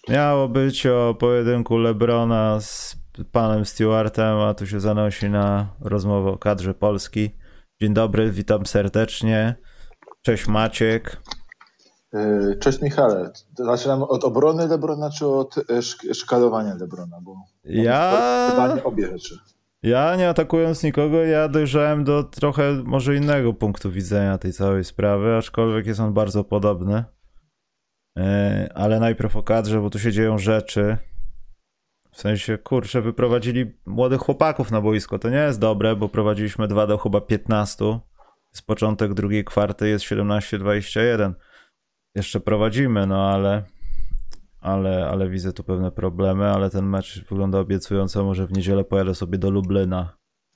Miało być o pojedynku LeBrona z panem Stewartem, a tu się zanosi na rozmowę o kadrze Polski. Dzień dobry, witam serdecznie. Cześć Maciek. Cześć Michale. Zaczynamy od obrony LeBrona czy od szkalowania LeBrona? Bo chyba obie rzeczy. Ja nie atakując nikogo, ja dojrzałem do trochę może innego punktu widzenia tej całej sprawy, aczkolwiek jest on bardzo podobny. Ale najpierw o kadrze, bo tu się dzieją rzeczy. W sensie, kurczę, wyprowadzili młodych chłopaków na boisko. To nie jest dobre, bo prowadziliśmy 2 do chyba 15. Z początek drugiej kwarty jest 17-21. Jeszcze prowadzimy, no ale widzę tu pewne problemy, ale ten mecz wygląda obiecująco. Może w niedzielę pojadę sobie do Lublina.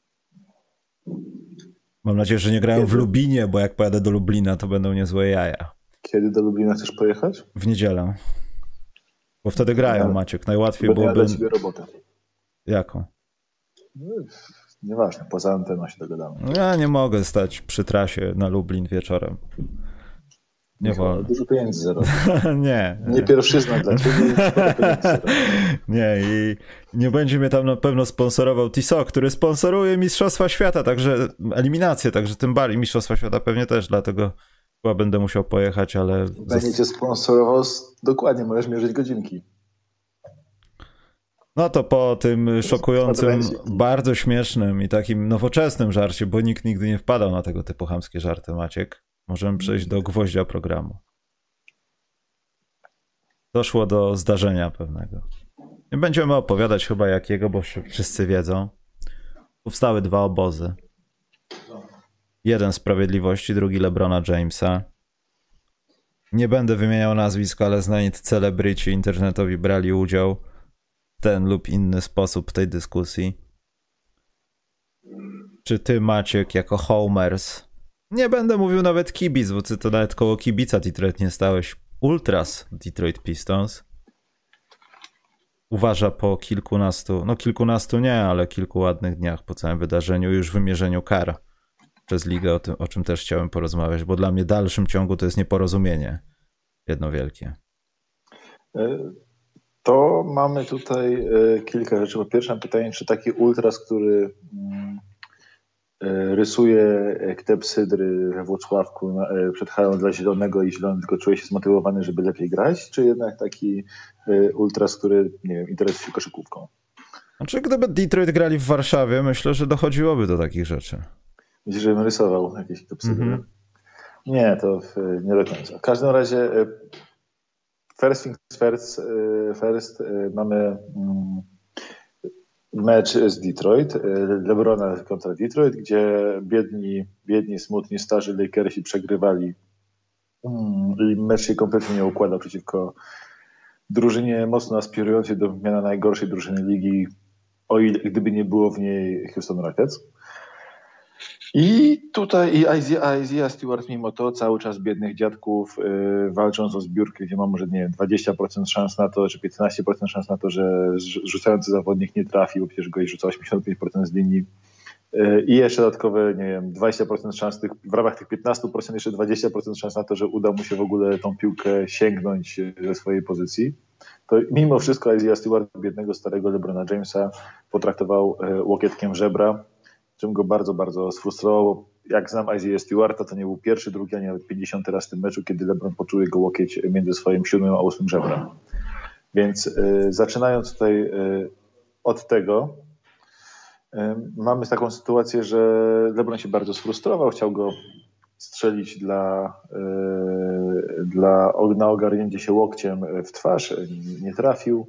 Mam nadzieję, że nie grają w Lubinie, bo jak pojadę do Lublina, to będą niezłe jaja. Kiedy do Lublina chcesz pojechać? W niedzielę. Bo wtedy grają, Maciek. Najłatwiej byłoby... byłoby... sobie robotę. Jaką? Nieważne, poza anteną się dogadamy. Ja nie mogę stać przy trasie na Lublin wieczorem. Nie wolno. Dużo pieniędzy zarobić. Nie. Nie pierwszyzna dla ciebie. Nie, i nie będzie mnie tam na pewno sponsorował TISO, który sponsoruje Mistrzostwa Świata, także eliminację, także tym bardziej Mistrzostwa Świata pewnie też, dlatego chyba będę musiał pojechać, ale... Będzie cię sponsorował, dokładnie, możesz mierzyć godzinki. No to po tym szokującym, bardzo śmiesznym i takim nowoczesnym żarcie, bo nikt nigdy nie wpadał na tego typu chamskie żarty, Maciek, możemy przejść do gwoździa programu. Doszło do zdarzenia pewnego. Nie będziemy opowiadać chyba jakiego, bo wszyscy wiedzą. Powstały 2 obozy. Jeden Sprawiedliwości, drugi LeBrona Jamesa. Nie będę wymieniał nazwisk, ale znani celebryci internetowi brali udział w ten lub inny sposób w tej dyskusji. Czy ty, Maciek, jako homers, nie będę mówił nawet kibic, bo ty to nawet koło kibica Detroit nie stałeś, ultras Detroit Pistons, uważa po kilkunastu nie, ale kilku ładnych dniach po całym wydarzeniu, już wymierzeniu kar przez ligę, o czym też chciałem porozmawiać, bo dla mnie w dalszym ciągu to jest nieporozumienie jedno wielkie. To mamy tutaj kilka rzeczy. Po pierwsze pytanie, czy taki ultras, który rysuje klepsydry we Włocławku przed halą dla Zielonego i Zielony tylko czuje się zmotywowany, żeby lepiej grać, czy jednak taki ultras, który, nie wiem, interesuje się koszykówką? Znaczy, gdyby Detroit grali w Warszawie, myślę, że dochodziłoby do takich rzeczy. Myślisz, że bym rysował jakieś klepsydry? Nie, to nie do końca. W każdym razie first things first mamy mecz z Detroit, LeBrona kontra Detroit, gdzie biedni, smutni, starzy Lakersi przegrywali i mecz się kompletnie nie układał przeciwko drużynie mocno aspirującej do miana najgorszej drużyny ligi, gdyby nie było w niej Houston Rockets. I tutaj Isaiah Stewart mimo to cały czas biednych dziadków walcząc o zbiórkę, gdzie ma może, nie wiem, 20% szans na to, czy 15% szans na to, że rzucający zawodnik nie trafi, bo przecież goś rzuca 85% z linii. I jeszcze dodatkowe, nie wiem, 20% szans, w ramach tych 15% jeszcze 20% szans na to, że uda mu się w ogóle tą piłkę sięgnąć ze swojej pozycji. To mimo wszystko Isaiah Stewart, biednego starego LeBrona Jamesa, potraktował łokietkiem żebra, czym go bardzo, bardzo sfrustrowało. Jak znam Isaiah Stewarta, to nie był pierwszy, drugi, a nawet 50 raz w tym meczu, kiedy LeBron poczuł jego łokieć między swoim 7. a 8. żebrem. Więc zaczynając tutaj od tego, mamy taką sytuację, że LeBron się bardzo sfrustrował, chciał go strzelić na ogarnięcie się łokciem w twarz, nie trafił.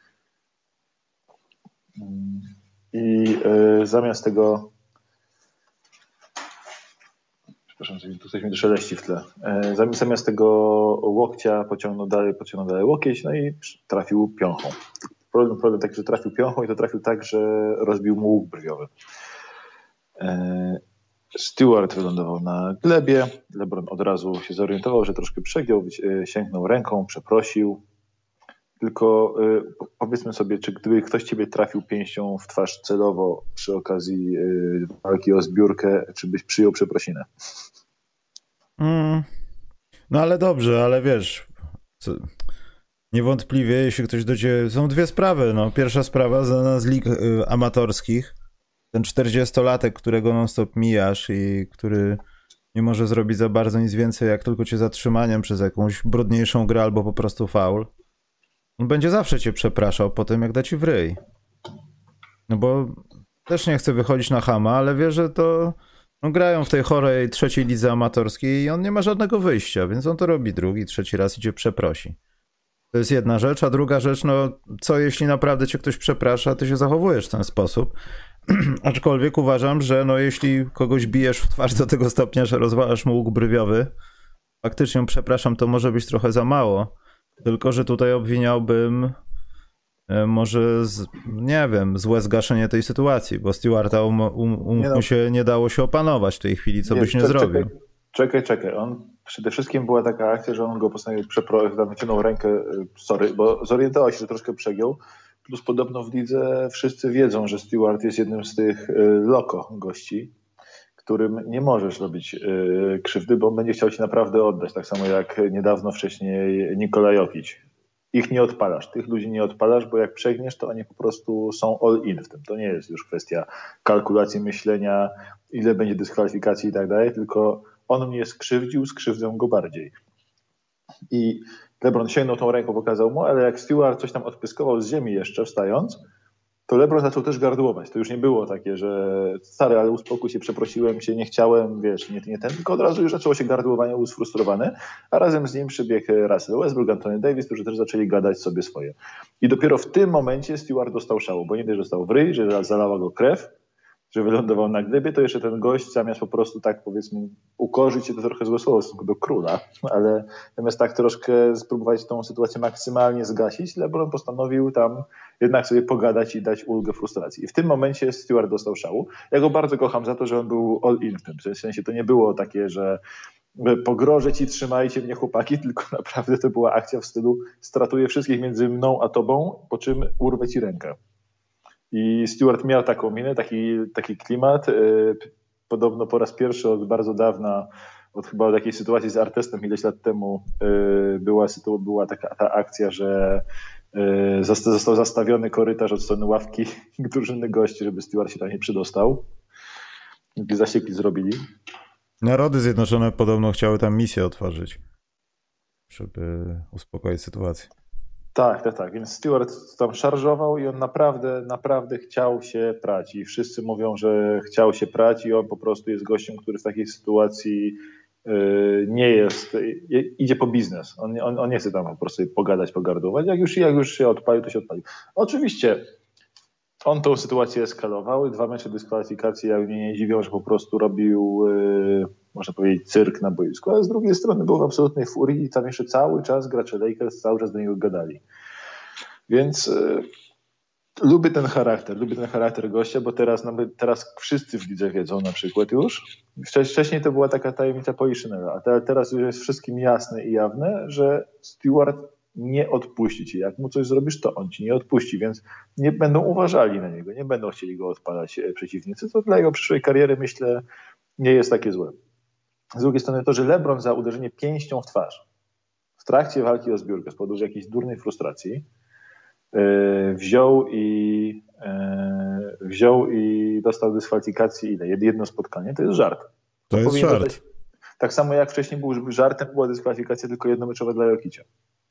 I zamiast tego... Przepraszam, tu coś mi szeleści w tle. Zamiast tego łokcia pociągnął dalej łokieć, no i trafił piąchą. Problem taki, że trafił piąchą i to trafił tak, że rozbił mu łuk brwiowy. Stewart wylądował na glebie. LeBron od razu się zorientował, że troszkę przegiął, sięgnął ręką, przeprosił. Tylko powiedzmy sobie, czy gdyby ktoś ciebie trafił pięścią w twarz celowo przy okazji walki o zbiórkę, czy byś przyjął przeprosinę? No ale dobrze, ale wiesz, niewątpliwie, jeśli ktoś do ciebie... Są dwie sprawy, no. Pierwsza sprawa z lig amatorskich. Ten 40-latek, którego non-stop mijasz i który nie może zrobić za bardzo nic więcej, jak tylko cię zatrzymaniem przez jakąś brudniejszą grę albo po prostu faul. On będzie zawsze cię przepraszał po tym, jak da ci w ryj. No bo też nie chce wychodzić na chama, ale wie, że to grają w tej chorej trzeciej lidze amatorskiej i on nie ma żadnego wyjścia, więc on to robi drugi, trzeci raz i cię przeprosi. To jest jedna rzecz, a druga rzecz, no co jeśli naprawdę cię ktoś przeprasza, ty się zachowujesz w ten sposób. Aczkolwiek uważam, że no jeśli kogoś bijesz w twarz do tego stopnia, że rozwalasz mu łuk brwiowy, faktycznie przepraszam, to może być trochę za mało. Tylko że tutaj obwiniałbym może, nie wiem, złe zgaszenie tej sytuacji, bo Stewarta umówmy się, nie dało się opanować w tej chwili, co byś nie zrobił. Czekaj. On przede wszystkim była taka akcja, że on go postanowił wyciągnął rękę, bo zorientował się, że troszkę przegiął. Plus podobno w lidze wszyscy wiedzą, że Stewart jest jednym z tych loko gości, którym nie możesz robić krzywdy, bo on będzie chciał ci naprawdę oddać, tak samo jak niedawno wcześniej Nikola Jokic. Ich nie odpalasz, tych ludzi nie odpalasz, bo jak przegniesz, to oni po prostu są all in w tym. To nie jest już kwestia kalkulacji myślenia, ile będzie dyskwalifikacji i tak dalej, tylko on mnie skrzywdził, skrzywdzę go bardziej. I LeBron sięgnął tą ręką, pokazał mu, ale jak Stewart coś tam odpyskował z ziemi jeszcze wstając, to LeBron zaczął też gardłować. To już nie było takie, że stary, ale uspokój się, przeprosiłem cię, nie chciałem, wiesz, nie ten, tylko od razu już zaczęło się gardłowanie, był sfrustrowany, a razem z nim przybiegł Russell Westbrook, Anthony Davis, którzy też zaczęli gadać sobie swoje. I dopiero w tym momencie Stewart dostał szału, bo nie dość, że dostał w ryj, że zalała go krew, że wylądował na glebie, to jeszcze ten gość zamiast po prostu tak powiedzmy ukorzyć się, to trochę złe słowo w stosunku do króla, ale zamiast tak troszkę spróbować tą sytuację maksymalnie zgasić, LeBron postanowił tam jednak sobie pogadać i dać ulgę frustracji. I w tym momencie Stewart dostał szału. Ja go bardzo kocham za to, że on był all in w tym. W sensie to nie było takie, że pogrożę ci, trzymajcie mnie chłopaki, tylko naprawdę to była akcja w stylu stratuję wszystkich między mną a tobą, po czym urwę ci rękę. I Stewart miał taką minę, taki klimat. Podobno po raz pierwszy od bardzo dawna, chyba od jakiejś sytuacji z Artestem ileś lat temu była ta akcja, że został zastawiony korytarz od strony ławki drużyny gości, żeby Stewart się tam nie przydostał. Zasieki zrobili. Narody Zjednoczone podobno chciały tam misję otworzyć, żeby uspokoić sytuację. Tak. Więc Stewart tam szarżował i on naprawdę chciał się prać. I wszyscy mówią, że chciał się prać i on po prostu jest gościem, który w takiej sytuacji nie jest, idzie po biznes. On nie chce tam po prostu pogadać, pogardować. Jak już się odpalił, to się odpalił. Oczywiście on tą sytuację eskalował. 2 mecze dyskwalifikacji, jak mnie nie dziwią, że po prostu robił, można powiedzieć, cyrk na boisku, ale z drugiej strony był w absolutnej furii i tam jeszcze cały czas gracze Lakers cały czas do niego gadali. Więc lubię ten charakter gościa, bo teraz wszyscy w lidze wiedzą na przykład już. Wcześniej to była taka tajemnica Poliszynela, a teraz już jest wszystkim jasne i jawne, że Stewart nie odpuści ci. Jak mu coś zrobisz, to on ci nie odpuści, więc nie będą uważali na niego, nie będą chcieli go odpalać przeciwnicy, co dla jego przyszłej kariery, myślę, nie jest takie złe. Z drugiej strony to, że LeBron za uderzenie pięścią w twarz w trakcie walki o zbiórkę z powodu jakiejś durnej frustracji wziął i dostał dyskwalifikacji jedno spotkanie, to jest żart. To jest żart. Tak samo jak wcześniej był żartem, była dyskwalifikacja tylko jednomeczowa dla Jokicia.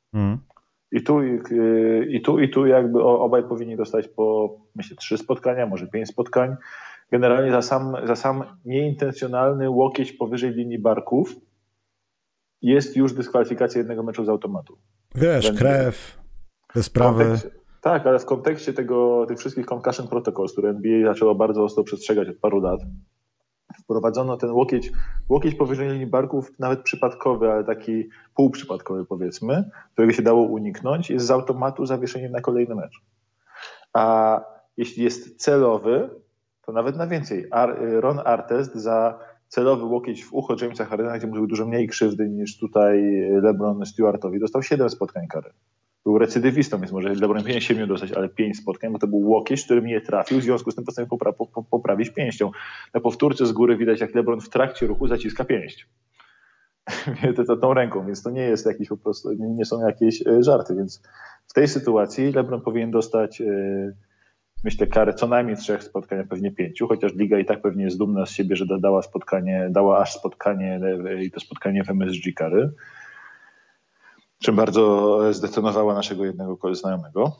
I tu jakby obaj powinni dostać po, myślę, 3 spotkania, może 5 spotkań. Generalnie za sam nieintencjonalny łokieć powyżej linii barków jest już dyskwalifikacja jednego meczu z automatu. Wiesz, krew, te sprawy. Tak, ale w kontekście tych wszystkich concussion protocols, które NBA zaczęło bardzo ostro przestrzegać od paru lat, wprowadzono ten łokieć powyżej linii barków, nawet przypadkowy, ale taki półprzypadkowy powiedzmy, którego się dało uniknąć, jest z automatu zawieszeniem na kolejny mecz. A jeśli jest celowy, to nawet na więcej. Ron Artest za celowy łokieć w ucho Jamesa Hardena, gdzie mu zrobił dużo mniej krzywdy niż tutaj LeBron Stewartowi, dostał 7 spotkań kary. Był recydywistą, więc może LeBron powinien 7 dostać, ale 5 spotkań, bo to był łokieć, który nie trafił, w związku z tym postanowił poprawić pięścią. Na powtórce z góry widać, jak LeBron w trakcie ruchu zaciska pięść. tą ręką, więc to nie jest jakiś po prostu, nie są jakieś żarty, więc w tej sytuacji LeBron powinien dostać, myślę, karę co najmniej 3 spotkań, a pewnie 5, chociaż liga i tak pewnie jest dumna z siebie, że dała aż spotkanie i to spotkanie w MSG kary, czym bardzo zdetonowała naszego jednego znajomego,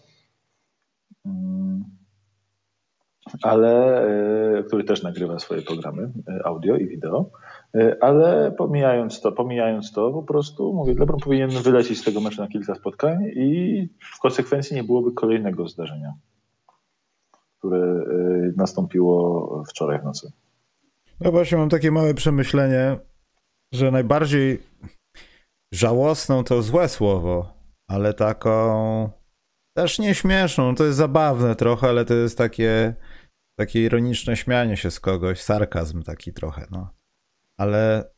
ale który też nagrywa swoje programy audio i wideo, ale pomijając to, po prostu mówię, LeBron powinien wylecieć z tego meczu na kilka spotkań i w konsekwencji nie byłoby kolejnego zdarzenia, które nastąpiło wczoraj w nocy. No właśnie mam takie małe przemyślenie, że najbardziej żałosną to złe słowo, ale taką też nieśmieszną, to jest zabawne trochę, ale to jest takie ironiczne śmianie się z kogoś, sarkazm taki trochę, no. Ale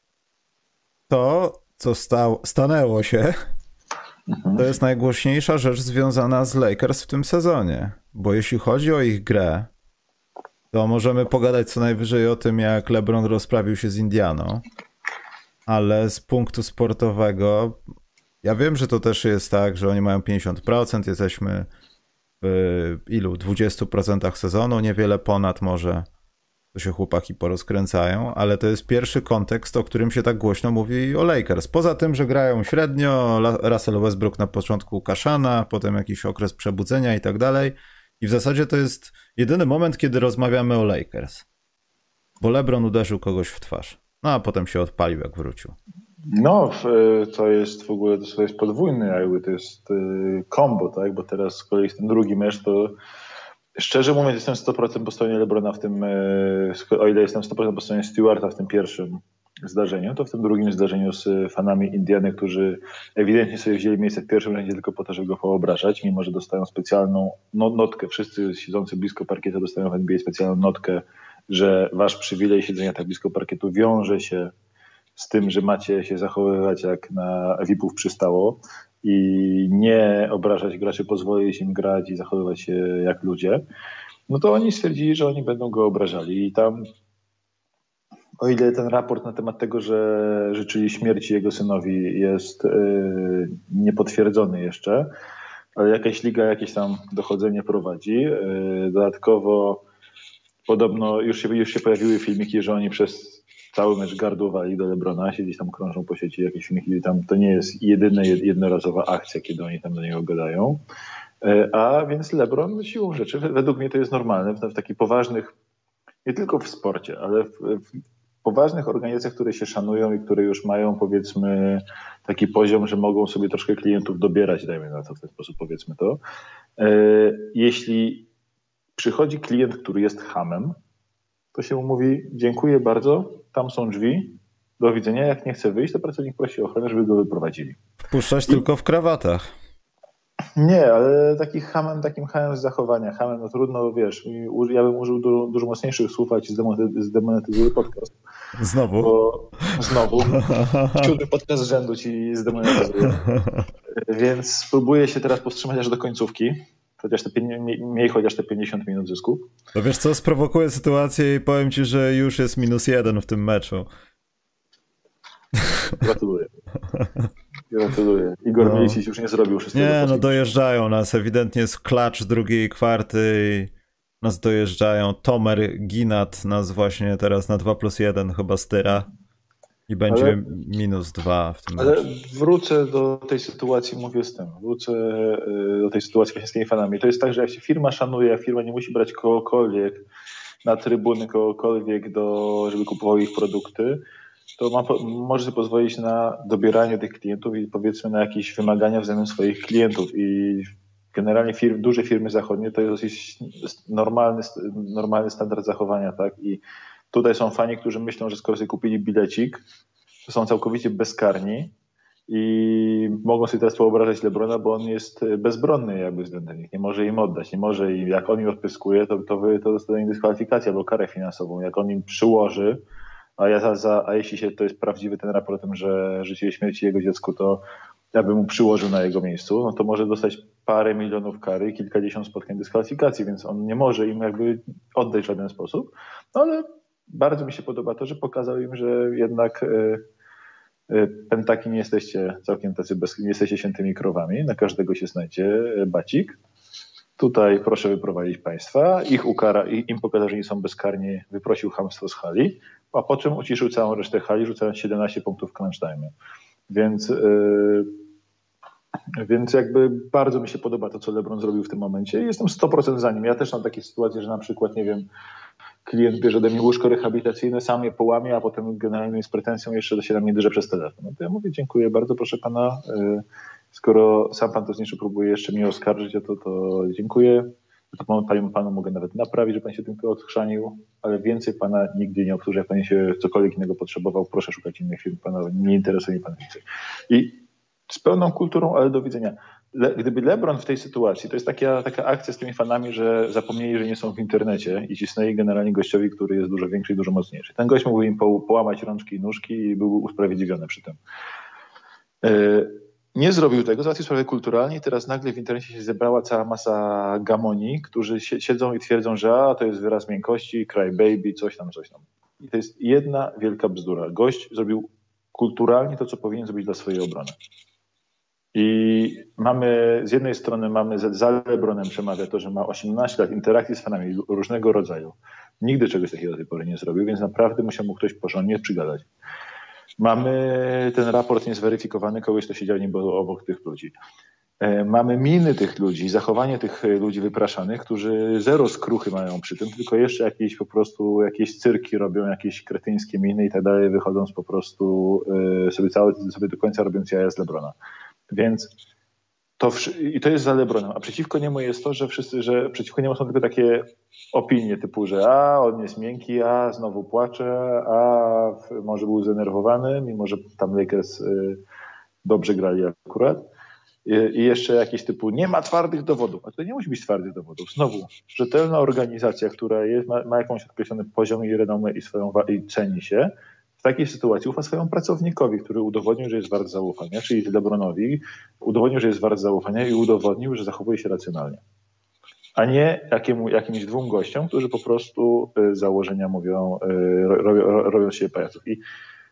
to, co stanęło się, to jest najgłośniejsza rzecz związana z Lakers w tym sezonie. Bo jeśli chodzi o ich grę, to możemy pogadać co najwyżej o tym, jak LeBron rozprawił się z Indianą, ale z punktu sportowego, ja wiem, że to też jest tak, że oni mają 50%, jesteśmy w 20% sezonu, niewiele ponad może, to się chłopaki porozkręcają, ale to jest pierwszy kontekst, o którym się tak głośno mówi o Lakers. Poza tym, że grają średnio, Russell Westbrook na początku kaszana, potem jakiś okres przebudzenia i tak dalej. I w zasadzie to jest jedyny moment, kiedy rozmawiamy o Lakers. Bo LeBron uderzył kogoś w twarz. No a potem się odpalił, jak wrócił. No, to jest w ogóle to jest podwójny, jakby to jest combo, tak? Bo teraz z kolei ten drugi mecz, to szczerze mówiąc jestem 100% po stronie LeBrona w tym, o ile jestem 100% po stronie Stewarta w tym pierwszym zdarzeniu, to w tym drugim zdarzeniu z fanami Indiany, którzy ewidentnie sobie wzięli miejsce w pierwszym rzędzie tylko po to, żeby go poobrażać, mimo że dostają specjalną notkę, wszyscy siedzący blisko parkietu dostają w NBA specjalną notkę, że wasz przywilej siedzenia tak blisko parkietu wiąże się z tym, że macie się zachowywać jak na VIP-ów przystało i nie obrażać graczy, pozwolić im grać i zachowywać się jak ludzie, no to oni stwierdzili, że oni będą go obrażali i tam, o ile ten raport na temat tego, że życzyli śmierci jego synowi jest niepotwierdzony jeszcze, ale jakaś liga jakieś tam dochodzenie prowadzi. Dodatkowo podobno już się pojawiły filmiki, że oni przez cały mecz gardłowali do LeBrona, się gdzieś tam krążą po sieci jakieś filmiki, tam to nie jest jednorazowa akcja, kiedy oni tam do niego gadają. A więc LeBron siłą rzeczy, według mnie to jest normalne w takich poważnych, nie tylko w sporcie, ale w poważnych organizacjach, które się szanują i które już mają, powiedzmy, taki poziom, że mogą sobie troszkę klientów dobierać, dajmy na to w ten sposób, powiedzmy to. Jeśli przychodzi klient, który jest chamem, to się mu mówi: dziękuję bardzo, tam są drzwi, do widzenia, jak nie chce wyjść, to pracownik prosi o ochronę, żeby go wyprowadzili. Wpuszczać tylko w krawatach. Nie, ale takim hamem z zachowania, hamem, no trudno, wiesz, ja bym użył dużo mocniejszych słów, a ci zdemonetyzuję podcast. Znowu? Znowu. 7 podcast z rzędu ci zdemonetyzuję. Więc spróbuję się teraz powstrzymać aż do końcówki. Miej chociaż te 50 minut zysku. No wiesz co, sprowokuję sytuację i powiem ci, że już jest -1 w tym meczu. Gratuluję. Igor Milicic już nie zrobił wszystkiego. Nie, no dojeżdżają nas. Ewidentnie jest klacz drugiej kwarty. Nas dojeżdżają. Tomer Ginat nas właśnie teraz na 2+1 chyba styra. I będzie -2 w tym meczu. Ale wrócę do tej sytuacji, mówię z tym. Wrócę do tej sytuacji właśnie z tymi fanami. To jest tak, że jak się firma szanuje, a firma nie musi brać kogokolwiek na trybuny, kogokolwiek, żeby kupował ich produkty, to może sobie pozwolić na dobieranie tych klientów i powiedzmy na jakieś wymagania względem swoich klientów. I generalnie duże firmy zachodnie to jest dosyć normalny standard zachowania, tak? I tutaj są fani, którzy myślą, że skoro sobie kupili bilecik, to są całkowicie bezkarni i mogą sobie teraz wyobrażać LeBrona, bo on jest bezbronny jakby względem nich. Nie może im oddać, nie może im, jak on im odpyskuje, to dostanie dyskwalifikację albo karę finansową. Jak on im przyłoży, a jeśli to jest prawdziwy ten raport o tym, że życie i śmierci jego dziecku, to ja bym mu przyłożył na jego miejscu, no to może dostać parę milionów kary i kilkadziesiąt spotkań dyskwalifikacji, więc on nie może im jakby oddać w żaden sposób. No ale bardzo mi się podoba to, że pokazał im, że jednak Pentaki nie jesteście całkiem tacy nie jesteście świętymi krowami, na każdego się znajdzie bacik. Tutaj proszę wyprowadzić państwa, ich ukara, im pokazał, że nie są bezkarni, wyprosił chamstwo z hali, a po czym uciszył całą resztę hali, rzucając 17 punktów w crunch time. Więc jakby bardzo mi się podoba to, co LeBron zrobił w tym momencie i jestem 100% za nim. Ja też mam takie sytuacje, że na przykład, nie wiem, klient bierze ode mnie łóżko rehabilitacyjne, sam je połamie, a potem generalnie z pretensją jeszcze się na mnie drze przez telefon. No to ja mówię, dziękuję bardzo, proszę pana. Skoro sam pan to zniszczył, próbuje jeszcze mnie oskarżyć, to dziękuję. To panu mogę nawet naprawić, że pan się tylko odchrzanił, ale więcej pana nigdy nie obsłuży. Jak pan się cokolwiek innego potrzebował, proszę szukać innych firm. Pana nie interesuje pan więcej. I z pełną kulturą, ale do widzenia. Gdyby LeBron w tej sytuacji, to jest taka akcja z tymi fanami, że zapomnieli, że nie są w internecie i cisnęli generalnie gościowi, który jest dużo większy i dużo mocniejszy. Ten gość mógł im połamać rączki i nóżki i był usprawiedliwiony przy tym. Nie zrobił tego, załatwił sprawę kulturalnie i teraz nagle w internecie się zebrała cała masa gamonii, którzy siedzą i twierdzą, że to jest wyraz miękkości, cry baby, coś tam. I to jest jedna wielka bzdura. Gość zrobił kulturalnie to, co powinien zrobić dla swojej obrony. I z jednej strony za LeBronem przemawia to, że ma 18 lat interakcji z fanami różnego rodzaju. Nigdy czegoś takiego do tej pory nie zrobił, więc naprawdę musiał mu ktoś porządnie przygadać. Mamy ten raport niezweryfikowany, kogoś, kto siedział niby obok tych ludzi. Mamy miny tych ludzi, zachowanie tych ludzi wypraszanych, którzy zero skruchy mają przy tym, tylko jeszcze jakieś cyrki robią, jakieś kretyńskie miny i tak dalej, wychodząc po prostu sobie do końca robiąc jaja z LeBrona. Więc to jest za LeBronem, a przeciwko niemu jest to, że przeciwko niemu są tylko takie opinie typu, że on jest miękki, znowu płacze, może był zdenerwowany, mimo że tam Lakers dobrze grali akurat. I jeszcze jakieś typu nie ma twardych dowodów, a to nie musi być twardych dowodów. Znowu, rzetelna organizacja, która ma jakąś określony poziom i renomę i ceni się, w takiej sytuacji ufa swojemu pracownikowi, który udowodnił, że jest wart zaufania, czyli LeBronowi udowodnił, że jest wart zaufania i udowodnił, że zachowuje się racjonalnie. A nie jakimś dwóm gościom, którzy po prostu z założenia mówią, robią się pajaców. I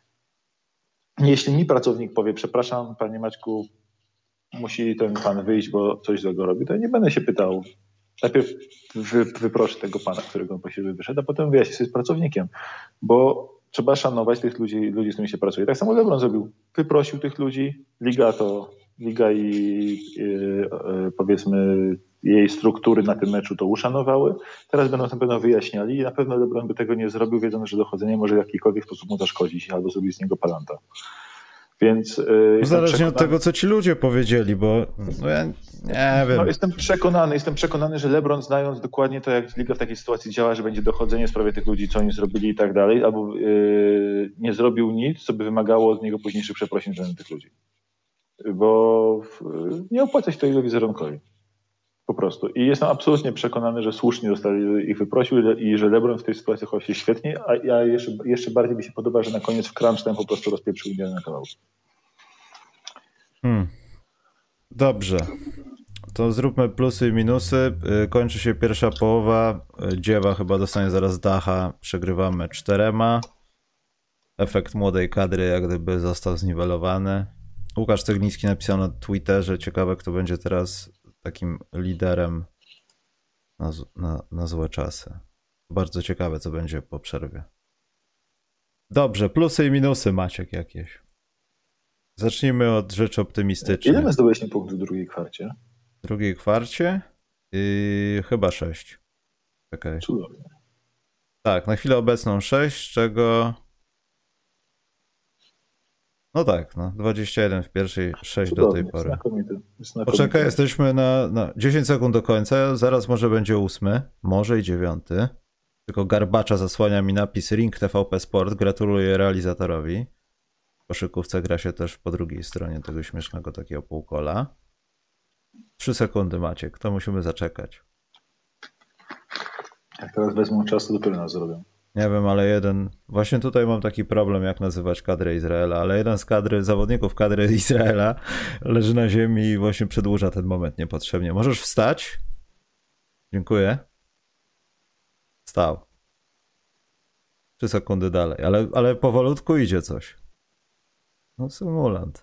jeśli mi pracownik powie, przepraszam, panie Maćku, musi ten pan wyjść, bo coś złego robi, to ja nie będę się pytał. Najpierw wyproszę tego pana, którego on prosił, żeby wyszedł, a potem wyjaśnię sobie z pracownikiem, bo trzeba szanować tych ludzi, z którymi się pracuje. Tak samo LeBron zrobił. Wyprosił tych ludzi, liga i powiedzmy jej struktury na tym meczu to uszanowały. Teraz będą na pewno wyjaśniali i na pewno LeBron by tego nie zrobił, wiedząc, że dochodzenie może w jakikolwiek sposób mu zaszkodzić albo zrobić z niego palanta. Więc zależnie od tego, co ci ludzie powiedzieli, bo ja nie wiem. Jestem przekonany, że LeBron, znając dokładnie to, jak liga w takiej sytuacji działa, że będzie dochodzenie w sprawie tych ludzi, co oni zrobili i tak dalej, albo nie zrobił nic, co by wymagało od niego późniejszych przeprosin względem tych ludzi. Bo nie opłaca się to jego wizerunkowi. Po prostu. I jestem absolutnie przekonany, że słusznie ich wyprosił i że LeBron w tej sytuacji chował się świetnie, a jeszcze bardziej mi się podoba, że na koniec w crunch time po prostu rozpieprzył Indianę na kawałki. Dobrze. To zróbmy plusy i minusy. Kończy się pierwsza połowa. Dziewa chyba dostanie zaraz dacha. Przegrywamy 4. Efekt młodej kadry jak gdyby został zniwelowany. Łukasz Ceglicki napisał na Twitterze, ciekawe kto będzie teraz takim liderem na złe czasy. Bardzo ciekawe co będzie po przerwie. Dobrze, plusy i minusy Maciek jakieś. Zacznijmy od rzeczy optymistycznych. Ile my zdobyliśmy punktów w drugiej kwarcie? W drugiej kwarcie? Chyba 6. Czekaj. Cudownie. Tak, na chwilę obecną 6, z czego... No tak, 21 w pierwszej, 6 cudownie, do tej pory. Znakomity. Poczekaj, jesteśmy na 10 sekund do końca, zaraz może będzie 8, może i 9. Tylko Garbacza zasłania mi napis Ring TVP Sport, gratuluję realizatorowi. W koszykówce gra się też po drugiej stronie tego śmiesznego takiego półkola. 3 sekundy Maciek, to musimy zaczekać. Jak teraz wezmą czas, to dopiero nas zrobią. Nie wiem, ale właśnie tutaj mam taki problem, jak nazywać kadrę Izraela, ale jeden z zawodników kadry Izraela leży na ziemi i właśnie przedłuża ten moment niepotrzebnie. Możesz wstać? Dziękuję. Wstał. 3 sekundy dalej, ale powolutku idzie coś. No symulant.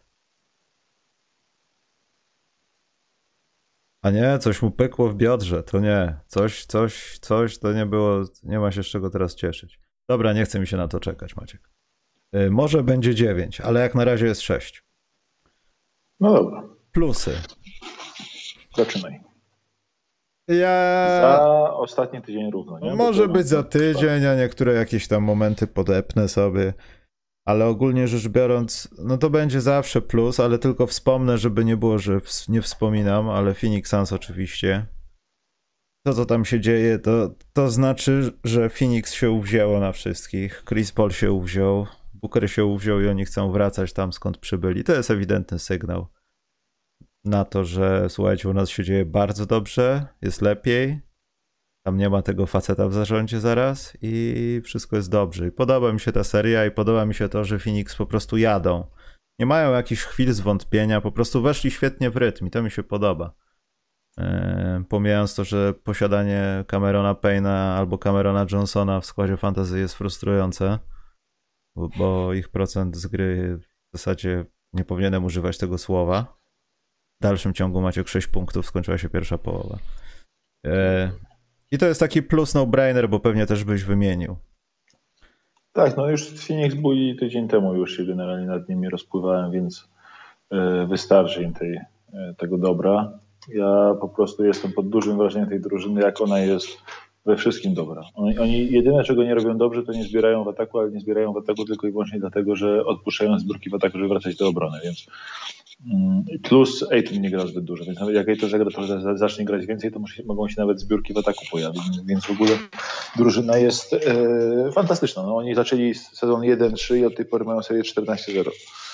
A nie, coś mu pykło w biodrze, to nie. Coś, to nie było, nie ma się z czego teraz cieszyć. Dobra, nie chce mi się na to czekać, Maciek. Może będzie 9, ale jak na razie jest 6. No dobra. Plusy. Zaczynaj. Ja... Za ostatni tydzień równo, nie? Może być za tydzień, a niektóre jakieś tam momenty podepnę sobie. Ale ogólnie rzecz biorąc, no to będzie zawsze plus, ale tylko wspomnę, żeby nie było, że nie wspominam, ale Phoenix Suns oczywiście. To, co tam się dzieje, to znaczy, że Phoenix się uwzięło na wszystkich. Chris Paul się uwziął, Booker się uwziął i oni chcą wracać tam, skąd przybyli. To jest ewidentny sygnał na to, że słuchajcie, u nas się dzieje bardzo dobrze, jest lepiej. Tam nie ma tego faceta w zarządzie zaraz i wszystko jest dobrze. I podoba mi się ta seria i podoba mi się to, że Phoenix po prostu jadą. Nie mają jakichś chwil zwątpienia, po prostu weszli świetnie w rytm i to mi się podoba. Pomijając to, że posiadanie Camerona Payne'a albo Camerona Johnsona w składzie fantasy jest frustrujące, bo ich procent z gry w zasadzie nie powinienem używać tego słowa. W dalszym ciągu macie 6 punktów, skończyła się pierwsza połowa. I to jest taki plus no-brainer, bo pewnie też byś wymienił. Tak, no już Phoenix byli tydzień temu, już się generalnie nad nimi rozpływałem, więc wystarczy im tego dobra. Ja po prostu jestem pod dużym wrażeniem tej drużyny, jak ona jest we wszystkim dobra. Oni jedyne, czego nie robią dobrze, to nie zbierają w ataku, ale nie zbierają w ataku tylko i wyłącznie dlatego, że odpuszczają zbiórki w ataku, żeby wracać do obrony, więc plus Ayton nie gra zbyt dużo, więc jak Ayton zagra, to zacznie grać więcej, to mogą się nawet zbiórki w ataku pojawić, więc w ogóle drużyna jest fantastyczna. No, oni zaczęli sezon 1-3 i od tej pory mają serię 14-0.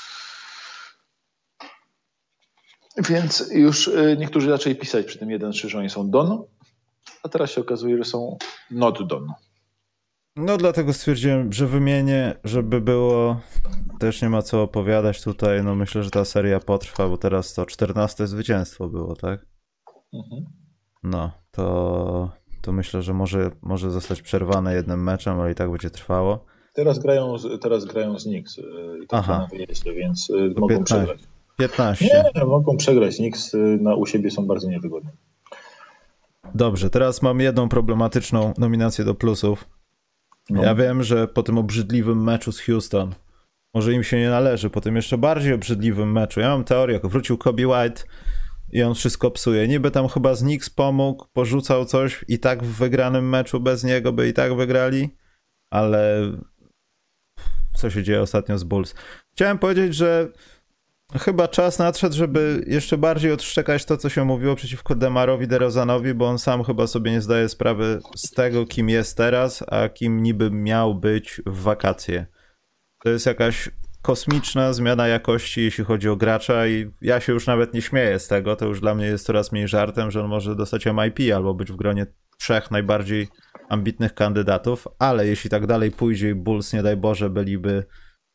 Więc już niektórzy zaczęli pisać przy tym 1-3, że oni są done, a teraz się okazuje, że są not done. No dlatego stwierdziłem, że wymienię, żeby było, też nie ma co opowiadać tutaj, no myślę, że ta seria potrwa, bo teraz to 14 zwycięstwo było, tak? Mhm. No, to myślę, że może zostać przerwane jednym meczem, ale i tak będzie trwało. Teraz grają z Knicks i to na wyjeździe, więc mogą przegrać. 15. Nie, mogą przegrać. Knicks u siebie są bardzo niewygodni. Dobrze, teraz mam jedną problematyczną nominację do plusów. No. Ja wiem, że po tym obrzydliwym meczu z Houston, może im się nie należy, po tym jeszcze bardziej obrzydliwym meczu, ja mam teorię, jak wrócił Kobe White i on wszystko psuje. Niby tam chyba z Knicks pomógł, porzucał coś i tak w wygranym meczu bez niego by i tak wygrali, ale co się dzieje ostatnio z Bulls? Chciałem powiedzieć, że chyba czas nadszedł, żeby jeszcze bardziej odszczekać to, co się mówiło przeciwko DeMarowi DeRozanowi, bo on sam chyba sobie nie zdaje sprawy z tego, kim jest teraz, a kim niby miał być w wakacje. To jest jakaś kosmiczna zmiana jakości, jeśli chodzi o gracza i ja się już nawet nie śmieję z tego, to już dla mnie jest coraz mniej żartem, że on może dostać MIP albo być w gronie 3 najbardziej ambitnych kandydatów, ale jeśli tak dalej pójdzie i Bulls, nie daj Boże, byliby...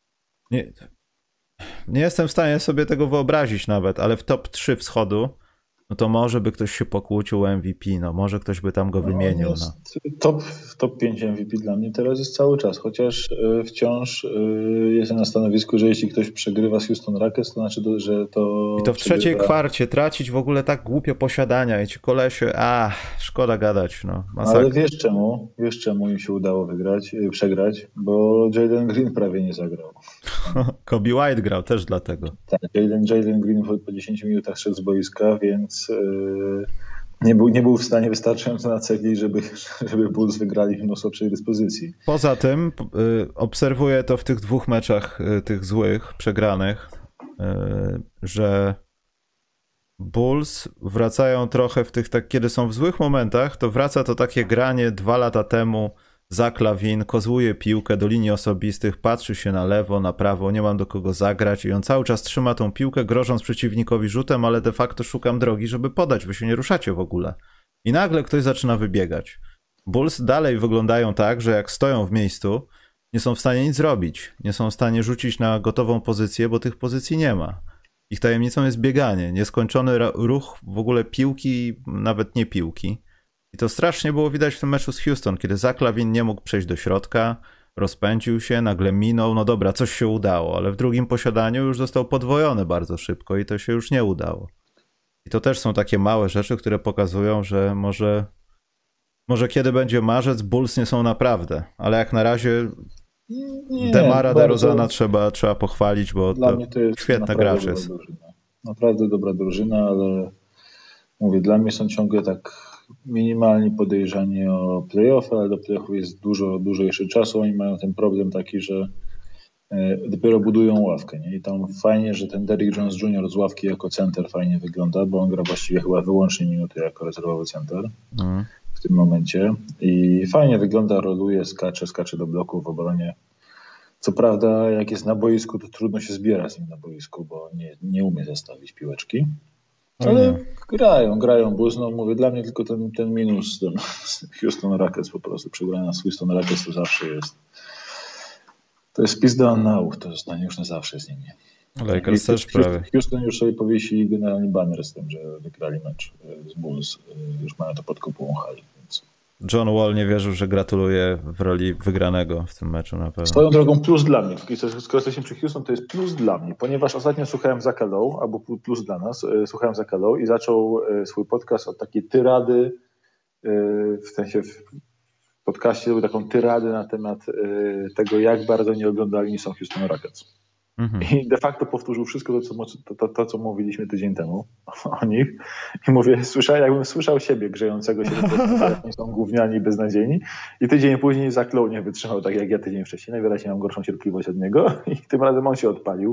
Nie jestem w stanie sobie tego wyobrazić nawet, ale w top 3 wschodu, no to może by ktoś się pokłócił o MVP, no może ktoś by tam go wymienił. Top 5 MVP dla mnie teraz jest cały czas, chociaż wciąż jest na stanowisku, że jeśli ktoś przegrywa z Houston Rockets, to znaczy, że to... I to w trzeciej kwarcie tracić w ogóle tak głupio posiadania i ci kolesie, szkoda gadać, no. Masakra. Ale wiesz czemu im się udało przegrać, bo Jalen Green prawie nie zagrał. Kobe White grał też dlatego. Tak, Jalen Green po 10 minutach szedł z boiska, więc nie był w stanie wystarczająco nacelić, żeby Bulls wygrali mimo słabszej dyspozycji. Poza tym obserwuję to w tych 2 meczach, tych złych, przegranych, że Bulls wracają trochę w tych, kiedy są w złych momentach, to wraca to takie granie 2 lata temu. Zach LaVine kozłuje piłkę do linii osobistych, patrzy się na lewo, na prawo, nie mam do kogo zagrać i on cały czas trzyma tą piłkę, grożąc przeciwnikowi rzutem, ale de facto szukam drogi, żeby podać, wy się nie ruszacie w ogóle. I nagle ktoś zaczyna wybiegać. Bulls dalej wyglądają tak, że jak stoją w miejscu, nie są w stanie nic zrobić. Nie są w stanie rzucić na gotową pozycję, bo tych pozycji nie ma. Ich tajemnicą jest bieganie, nieskończony ruch w ogóle piłki, nawet nie piłki. I to strasznie było widać w tym meczu z Houston, kiedy Zach LaVine nie mógł przejść do środka, rozpędził się, nagle minął, no dobra, coś się udało, ale w drugim posiadaniu już został podwojony bardzo szybko i to się już nie udało. I to też są takie małe rzeczy, które pokazują, że może kiedy będzie marzec, Bulls nie są naprawdę, ale jak na razie Demara DeRozana trzeba pochwalić, bo dla mnie to jest świetny gracz jest. Naprawdę dobra drużyna, ale mówię, dla mnie są ciągle tak minimalnie podejrzani o playoffy, ale do playoffów jest dużo jeszcze czasu. Oni mają ten problem taki, że dopiero budują ławkę, nie? I tam fajnie, że ten Derrick Jones Jr. z ławki jako center fajnie wygląda, bo on gra właściwie chyba wyłącznie minuty jako rezerwowy center w tym momencie. I fajnie wygląda, roluje, skacze do bloku w obronie. Co prawda, jak jest na boisku, to trudno się zbiera z nim na boisku, bo nie umie zastawić piłeczki. Ale grają Bulls. No mówię, dla mnie tylko ten minus Houston Rockets po prostu. Przegrana z Houston Rockets to zawsze jest. To jest pizda na uch, to zostanie już na zawsze z nimi. Lakers też prawie. Houston już sobie powiesi generalnie banner z tym, że wygrali mecz z Bulls. Już mają to pod kopułą hali. Więc... John Wall nie wierzył, że gratuluje w roli wygranego w tym meczu na pewno. Swoją drogą plus dla mnie. Skoro jesteśmy przy Houston, to jest plus dla mnie, ponieważ ostatnio słuchałem Zacka Lowe, albo plus dla nas, słuchałem Zacka Lowe i zaczął swój podcast od takiej tyrady, w sensie w podcaście był taką tyradę na temat tego, jak bardzo nieoglądalni są Houston Rockets. I de facto powtórzył wszystko to, co mówiliśmy tydzień temu o nich. I mówię, jakbym słyszał siebie grzejącego się, że oni są gówniani i beznadziejni. I tydzień później Zach Lowe nie wytrzymał tak jak ja tydzień wcześniej. Najwyraźniej mam gorszą cierpliwość od niego i tym razem on się odpalił.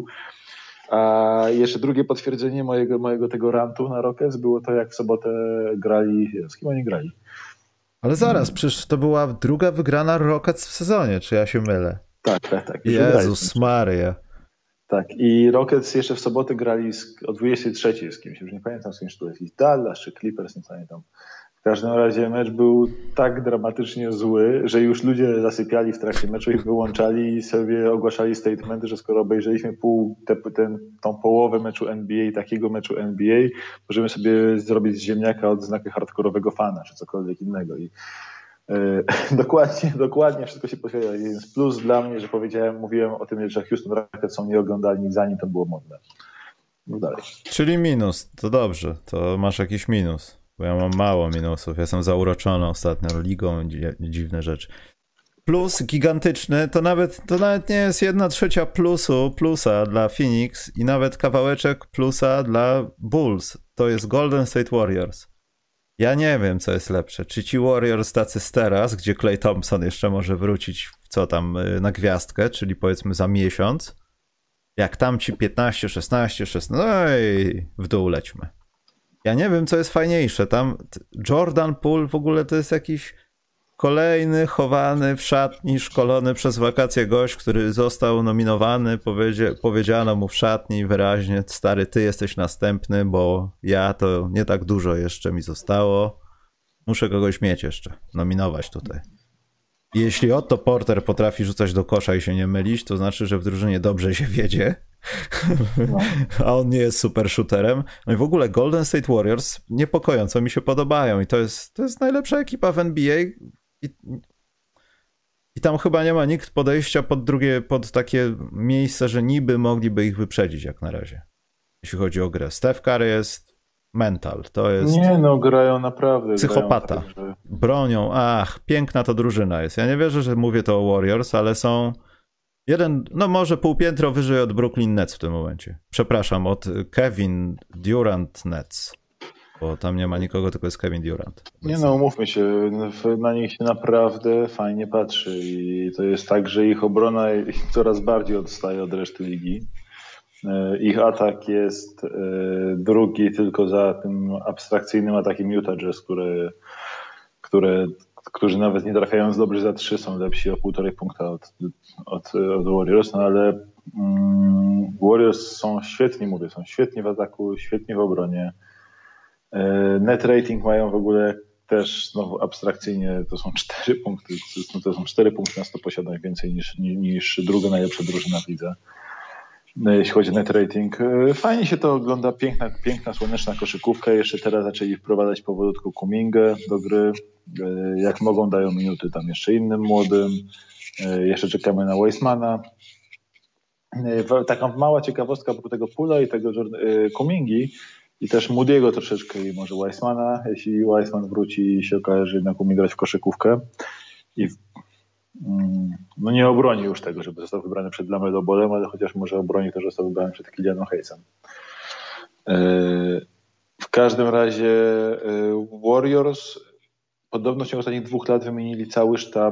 A jeszcze drugie potwierdzenie mojego tego rantu na Rockets było to, jak w sobotę grali. Z kim oni grali? Ale zaraz, przecież to była druga wygrana Rockets w sezonie, czy ja się mylę? Tak. Jezus Maria. Tak, i Rockets jeszcze w sobotę grali o 23 z kimś, już nie pamiętam z kimś, to jakiś Dallas czy Clippers, nie pamiętam. W każdym razie mecz był tak dramatycznie zły, że już ludzie zasypiali w trakcie meczu i wyłączali i sobie ogłaszali statementy, że skoro obejrzeliśmy tą połowę meczu NBA, takiego meczu NBA, możemy sobie zrobić z ziemniaka odznakę hardkorowego fana, czy cokolwiek innego. I dokładnie wszystko się potwierdza. Jest plus dla mnie, że mówiłem o tym, że Houston Rockets są nieoglądalni, zanim to było modne. No dalej. Czyli minus, to dobrze, to masz jakiś minus, bo ja mam mało minusów, jestem zauroczony ostatnio ligą, dziwne rzeczy. Plus gigantyczny, to nawet nie jest 1/3 plusa dla Phoenix i nawet kawałeczek plusa dla Bulls, to jest Golden State Warriors. Ja nie wiem, co jest lepsze. Czy ci Warriors tacy z teraz, gdzie Klay Thompson jeszcze może wrócić na gwiazdkę, czyli powiedzmy za miesiąc, jak tam ci 15, 16, no i w dół lećmy. Ja nie wiem, co jest fajniejsze. Tam Jordan Poole w ogóle to jest jakiś kolejny, chowany w szatni, szkolony przez wakacje gość, który został nominowany, powiedziano mu w szatni wyraźnie, stary, ty jesteś następny, bo ja to nie tak dużo jeszcze mi zostało. Muszę kogoś mieć jeszcze, nominować tutaj. I jeśli Otto Porter potrafi rzucać do kosza i się nie mylić, to znaczy, że w drużynie dobrze się wiedzie, a on nie jest super shooterem. No i w ogóle Golden State Warriors niepokojąco mi się podobają i to jest najlepsza ekipa w NBA. I tam chyba nie ma nikt podejścia pod takie miejsce, że niby mogliby ich wyprzedzić jak na razie. Jeśli chodzi o grę. Steph Curry jest mental. To jest... Nie no, grają naprawdę. Psychopata. Grają tak, że... Bronią. Piękna to drużyna jest. Ja nie wierzę, że mówię to o Warriors, ale są może pół piętro wyżej od Brooklyn Nets w tym momencie. Przepraszam, od Kevin Durant Nets. Bo tam nie ma nikogo, tylko jest Kevin Durant. Nie no, umówmy się, na nich się naprawdę fajnie patrzy i to jest tak, że ich obrona coraz bardziej odstaje od reszty ligi. Ich atak jest drugi tylko za tym abstrakcyjnym atakiem Utah Jazz, którzy nawet nie trafiając dobrze za 3 są lepsi o 1,5 punkta od Warriors, no ale Warriors są świetni, są świetni w ataku, świetni w obronie. Net rating mają w ogóle też znowu abstrakcyjnie, to są 4 punkty, to są 4 punkty na 100 posiadań więcej niż druga najlepsza drużyna w lidze. Jeśli chodzi o net rating, fajnie się to ogląda, piękna słoneczna koszykówka, jeszcze teraz zaczęli wprowadzać powolutku Kumingę do gry, jak mogą dają minuty tam jeszcze innym młodym, Jeszcze czekamy na Weissmana. Taka mała ciekawostka propos tego Pula i tego Kumingi i też Moody'ego troszeczkę i może Weissmana. Jeśli Weissman wróci i się okaże, że jednak umie grać w koszykówkę i no nie obroni już tego, żeby został wybrany przed Lamello Ballem, ale chociaż może obroni to, że został wybrany przed Killianem Hayesem. W każdym razie Warriors podobno w ciągu ostatnich 2 lat wymienili cały sztab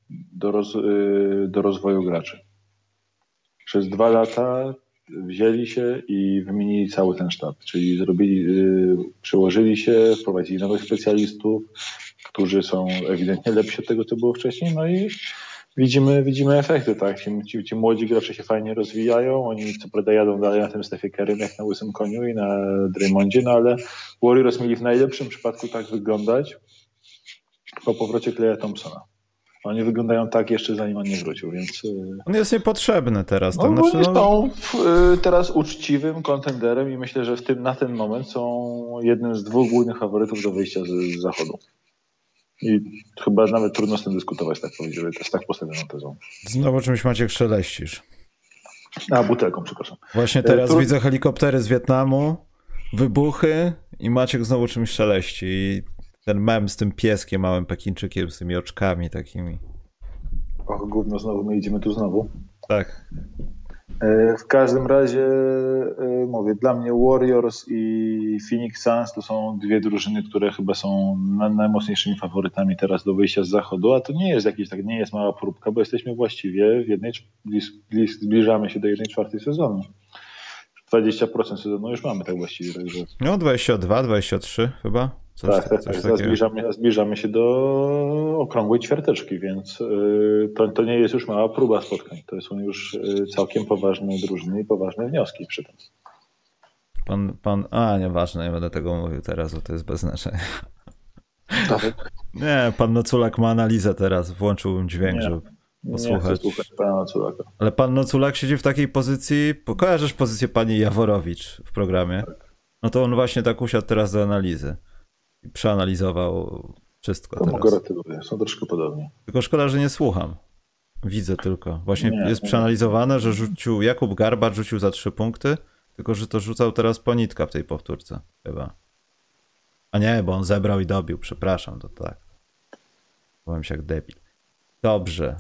do rozwoju graczy. Przez 2 lata wzięli się i wymienili cały ten sztab, czyli przełożyli się, wprowadzili nowych specjalistów, którzy są ewidentnie lepsi od tego, co było wcześniej, no i widzimy efekty, tak? Ci młodzi gracze się fajnie rozwijają, oni co prawda jadą dalej na tym Stephie Currym jak na łysym koniu i na Draymondzie, no ale Warriors mieli w najlepszym przypadku tak wyglądać po powrocie Klaya Thompsona. Oni wyglądają tak jeszcze zanim on nie wrócił, więc... On jest niepotrzebny teraz. No, oni są teraz uczciwym kontenderem i myślę, że na ten moment są jednym z 2 głównych faworytów do wyjścia z zachodu. I chyba nawet trudno z tym dyskutować, tak powiedziałem. To jest tak postawioną tezą. Znowu czymś Maciek szeleścisz. Butelką, przepraszam. Właśnie teraz widzę helikoptery z Wietnamu, wybuchy i Maciek znowu czymś szeleści. I ten mem z tym pieskiem, małym Pekinczykiem, z tymi oczkami takimi. Och, gówno, znowu my idziemy tu znowu. Tak. W każdym razie mówię, dla mnie Warriors i Phoenix Suns to są 2 drużyny, które chyba są najmocniejszymi faworytami teraz do wyjścia z zachodu, a to nie jest nie jest mała próbka, bo jesteśmy właściwie zbliżamy się do 1/4 sezonu. 20% sezonu już mamy tak właściwie. Także... No 22, 23 chyba. Tak. Zbliżamy się do okrągłej ćwiarteczki, więc to nie jest już mała próba spotkań. To są już całkiem poważne drużyny i poważne wnioski przy tym. Nieważne, nie będę tego mówił teraz, bo to jest bez znaczenia. Tak. Nie, pan Noculak ma analizę teraz, włączyłbym dźwięk, żeby posłuchać. Nie chcę słuchać pana Noculaka. Ale pan Noculak siedzi w takiej pozycji, kojarzysz pozycję pani Jaworowicz w programie? No to on właśnie tak usiadł teraz do analizy. I przeanalizował wszystko to teraz. Gratuluję, są troszkę podobni. Tylko szkoda, że nie słucham. Widzę tylko. Właśnie jest przeanalizowane, że Jakub Garbat rzucił za 3 punkty, tylko że to rzucał teraz Ponitka w tej powtórce chyba. A nie, bo on zebrał i dobił, przepraszam, to tak. Byłem się jak debil. Dobrze.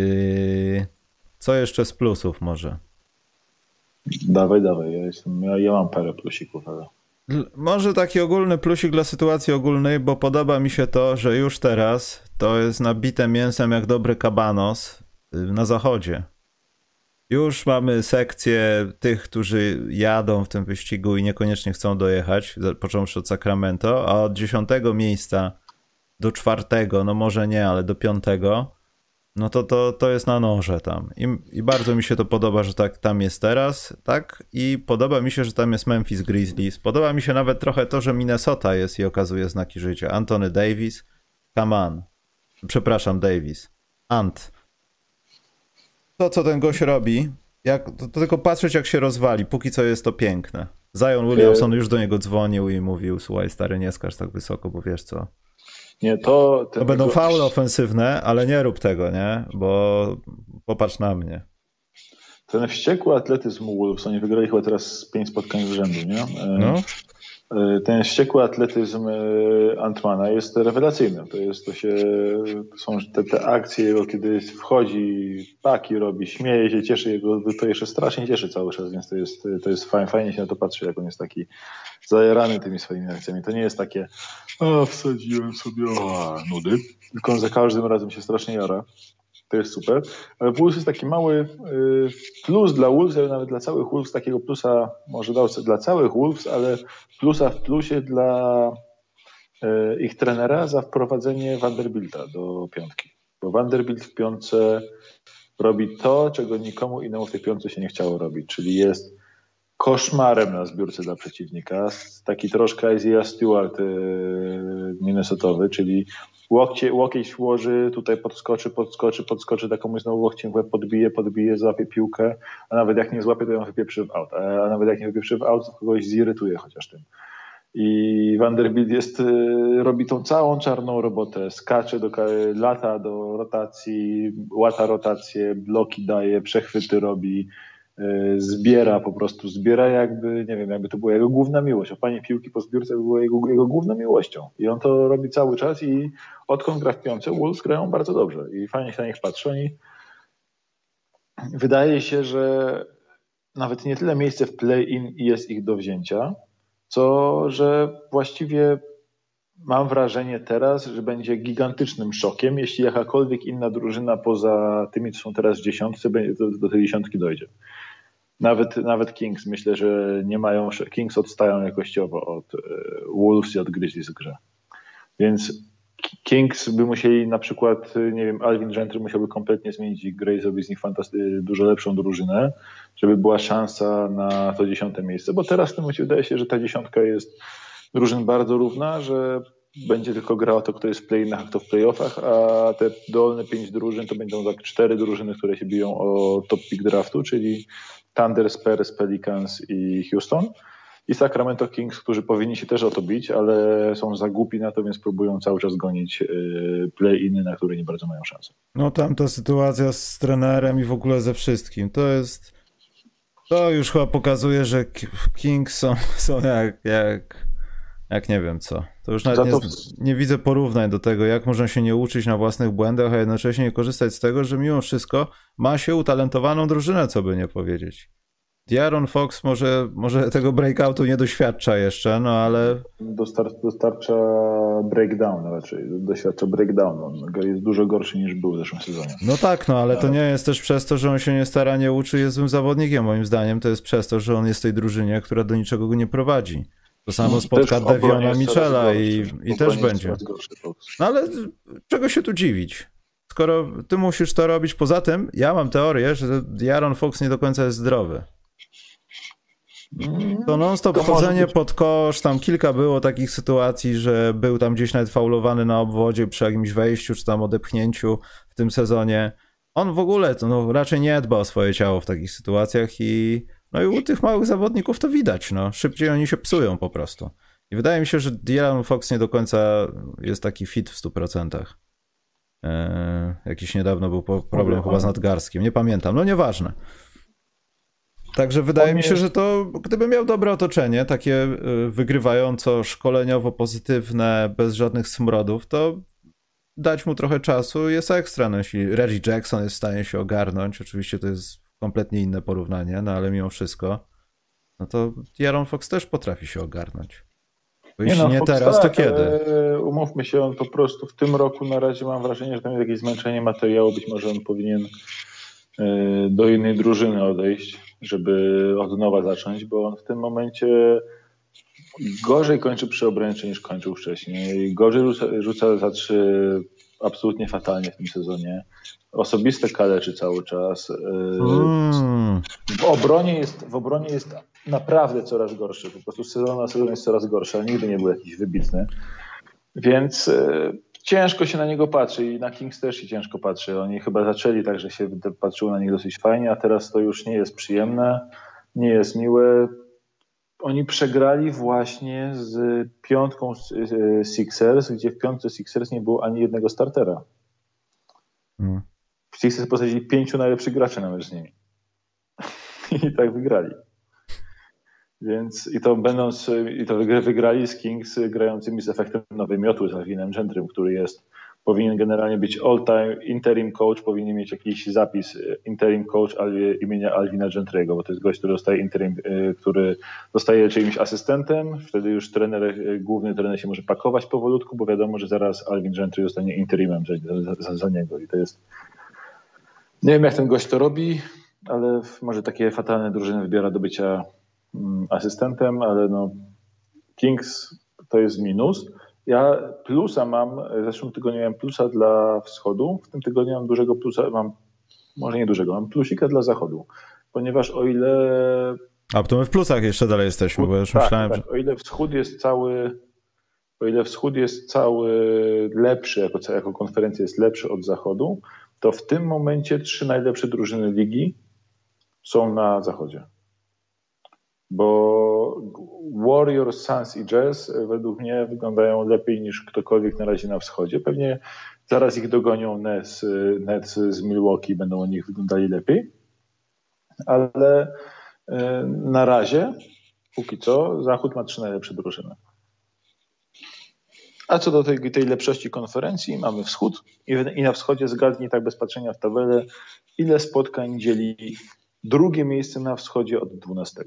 Co jeszcze z plusów może? Dawaj, ja mam parę plusików, ale... Może taki ogólny plusik dla sytuacji ogólnej, bo podoba mi się to, że już teraz to jest nabite mięsem jak dobry kabanos na zachodzie. Już mamy sekcję tych, którzy jadą w tym wyścigu i niekoniecznie chcą dojechać, począwszy od Sacramento, a od 10 miejsca do 4, no może nie, ale do 5, no to jest na noże tam. I bardzo mi się to podoba, że tak tam jest teraz, tak? I podoba mi się, że tam jest Memphis Grizzlies. Podoba mi się nawet trochę to, że Minnesota jest i okazuje znaki życia. Anthony Davis, come on. Przepraszam, Davis. To, co ten gość robi, to tylko patrzeć, jak się rozwali. Póki co jest to piękne. Zion Williamson już do niego dzwonił i mówił: słuchaj, stary, nie skacz tak wysoko, bo wiesz co... Nie, to będą faule ofensywne, ale nie rób tego, nie? Bo popatrz na mnie. Ten wściekły atletyzm Wolves, oni wygrali chyba teraz 5 spotkań z rzędu, nie? No. Ten wściekły atletyzm Antmana jest rewelacyjny. Są te akcje, kiedy wchodzi, paki robi, śmieje się, cieszy jego, to jeszcze strasznie cieszy cały czas, więc to jest fajnie się na to patrzy, jak on jest taki zajarany tymi swoimi akcjami. To nie jest takie wsadziłem sobie, nudy, tylko on za każdym razem się strasznie jara. To jest super. Ale Wolves jest taki mały plus dla Wolves, ale nawet dla całych Wolves, takiego plusa, może dla całych Wolves, ale plusa w plusie dla ich trenera za wprowadzenie Vanderbilta do 5. Bo Vanderbilt w 5 robi to, czego nikomu innemu w tej 5 się nie chciało robić, czyli jest koszmarem na zbiórce dla przeciwnika. Taki troszkę Isaiah Stewart minnesotowy, czyli łokieć włoży, tutaj podskoczy, taką znowu łokciem w łeb podbije, złapie piłkę, a nawet jak nie złapie, to ją wypieprzy w aut. A nawet jak nie wypieprzy w aut, to kogoś zirytuje chociaż tym. I Vanderbilt robi tą całą czarną robotę, skacze, lata do rotacji, łata rotacje, bloki daje, przechwyty robi, zbiera jakby, nie wiem, jakby to była jego główna miłość. Opanie piłki po zbiórce było jego główną miłością. I on to robi cały czas i odkąd gra w piątce, Wolves grają bardzo dobrze i fajnie się na nich patrzy. Wydaje się, że nawet nie tyle miejsce w play-in jest ich do wzięcia, co że właściwie mam wrażenie teraz, że będzie gigantycznym szokiem, jeśli jakakolwiek inna drużyna poza tymi, co są teraz w dziesiątce, do tej dziesiątki dojdzie. Nawet Kings, myślę, że nie mają, Kings odstają jakościowo od Wolves i od Grizzlies w grze. Więc Kings by musieli na przykład, nie wiem, Alvin Gentry musiałby kompletnie zmienić ich grę i zrobić z nich dużo lepszą drużynę, żeby była szansa na to 10. miejsce, bo teraz w tym momencie wydaje się, że ta 10 jest drużyn bardzo równa, że będzie tylko grała to, kto jest w play-inach, a kto w play-offach, a te dolne 5 drużyn to będą tak 4 drużyny, które się biją o top pick draftu, czyli Thunder, Spurs, Pelicans i Houston. I Sacramento Kings, którzy powinni się też o to bić, ale są za głupi na to, więc próbują cały czas gonić play-iny, na które nie bardzo mają szansę. No tam ta sytuacja z trenerem i w ogóle ze wszystkim, to już chyba pokazuje, że Kings są jak nie wiem co. To już nawet nie widzę porównań do tego, jak można się nie uczyć na własnych błędach, a jednocześnie nie korzystać z tego, że mimo wszystko ma się utalentowaną drużynę, co by nie powiedzieć. De'Aaron Fox może tego breakoutu nie doświadcza jeszcze, no ale... Dostarcza breakdown raczej, doświadcza breakdownu. On jest dużo gorszy niż był w zeszłym sezonie. No tak, no ale to nie jest też przez to, że on się nie stara, nie uczy, jest złym zawodnikiem. Moim zdaniem to jest przez to, że on jest w tej drużynie, która do niczego go nie prowadzi. To samo spotka Deviona Mitchella i też będzie. No ale czego się tu dziwić? Skoro ty musisz to robić, poza tym ja mam teorię, że De'Aaron Fox nie do końca jest zdrowy. To non-stop wchodzenie pod kosz, tam kilka było takich sytuacji, że był tam gdzieś nawet faulowany na obwodzie przy jakimś wejściu, czy tam odepchnięciu w tym sezonie. On w ogóle raczej nie dba o swoje ciało w takich sytuacjach i u tych małych zawodników to widać, szybciej oni się psują po prostu. I wydaje mi się, że De'Aaron Fox nie do końca jest taki fit w 100%. Jakiś niedawno był problem chyba z nadgarskiem, nie pamiętam, nieważne. Także wydaje mi się, że to gdyby miał dobre otoczenie, takie wygrywająco, szkoleniowo pozytywne, bez żadnych smrodów, to dać mu trochę czasu jest ekstra. Jeśli Reggie Jackson jest w stanie się ogarnąć, oczywiście to jest kompletnie inne porównanie, ale mimo wszystko, to De'Aaron Fox też potrafi się ogarnąć. Bo jeśli nie teraz, to kiedy? Umówmy się, on po prostu w tym roku na razie mam wrażenie, że tam jest jakieś zmęczenie materiału, być może on powinien do innej drużyny odejść, żeby od nowa zacząć, bo on w tym momencie gorzej kończy przy obręczy niż kończył wcześniej. Gorzej rzuca za 3 absolutnie fatalnie w tym sezonie. Osobiste kaleczy cały czas. W obronie jest naprawdę coraz gorszy. Po prostu z sezonu na sezon jest coraz gorszy, ale nigdy nie był jakiś wybitny. Więc ciężko się na niego patrzy i na Kings też się ciężko patrzy. Oni chyba zaczęli tak, że się patrzyło na nich dosyć fajnie, a teraz to już nie jest przyjemne, nie jest miłe. Oni przegrali właśnie z piątką Sixers, gdzie w piątce Sixers nie było ani jednego startera. W Sixers posadzili 5 najlepszych graczy na mecz z nimi. I tak wygrali. Więc i to wygrali z Kings grającymi z efektem nowej miotły, z Alvinem Gentrym, który powinien generalnie być all-time interim coach, powinien mieć jakiś zapis interim coach imienia Alvina Gentry'ego, bo to jest gość, który dostaje interim, który zostaje czyimś asystentem, wtedy już główny trener się może pakować powolutku, bo wiadomo, że zaraz Alvin Gentry zostanie interimem za niego i to jest... Nie wiem, jak ten gość to robi, ale może takie fatalne drużyny wybiera do bycia asystentem, ale Kings to jest minus. Ja plusa mam, w zeszłym tygodniu miałem plusa dla wschodu, w tym tygodniu mam dużego plusa, może nie dużego, mam plusika dla zachodu, ponieważ o ile... A to my w plusach jeszcze dalej jesteśmy, bo już myślałem, że... O ile wschód jest cały lepszy, jako konferencja jest lepszy od zachodu, to w tym momencie 3 najlepsze drużyny ligi są na zachodzie. bo Warriors, Suns i Jazz według mnie wyglądają lepiej niż ktokolwiek na razie na wschodzie. Pewnie zaraz ich dogonią Nets z Milwaukee, będą o nich wyglądali lepiej, ale na razie, póki co, Zachód ma 3 najlepsze drużyny. A co do tej lepszości konferencji, mamy wschód i na wschodzie zgadnij tak bez patrzenia w tabelę, ile spotkań dzieli drugie miejsce na wschodzie od 12.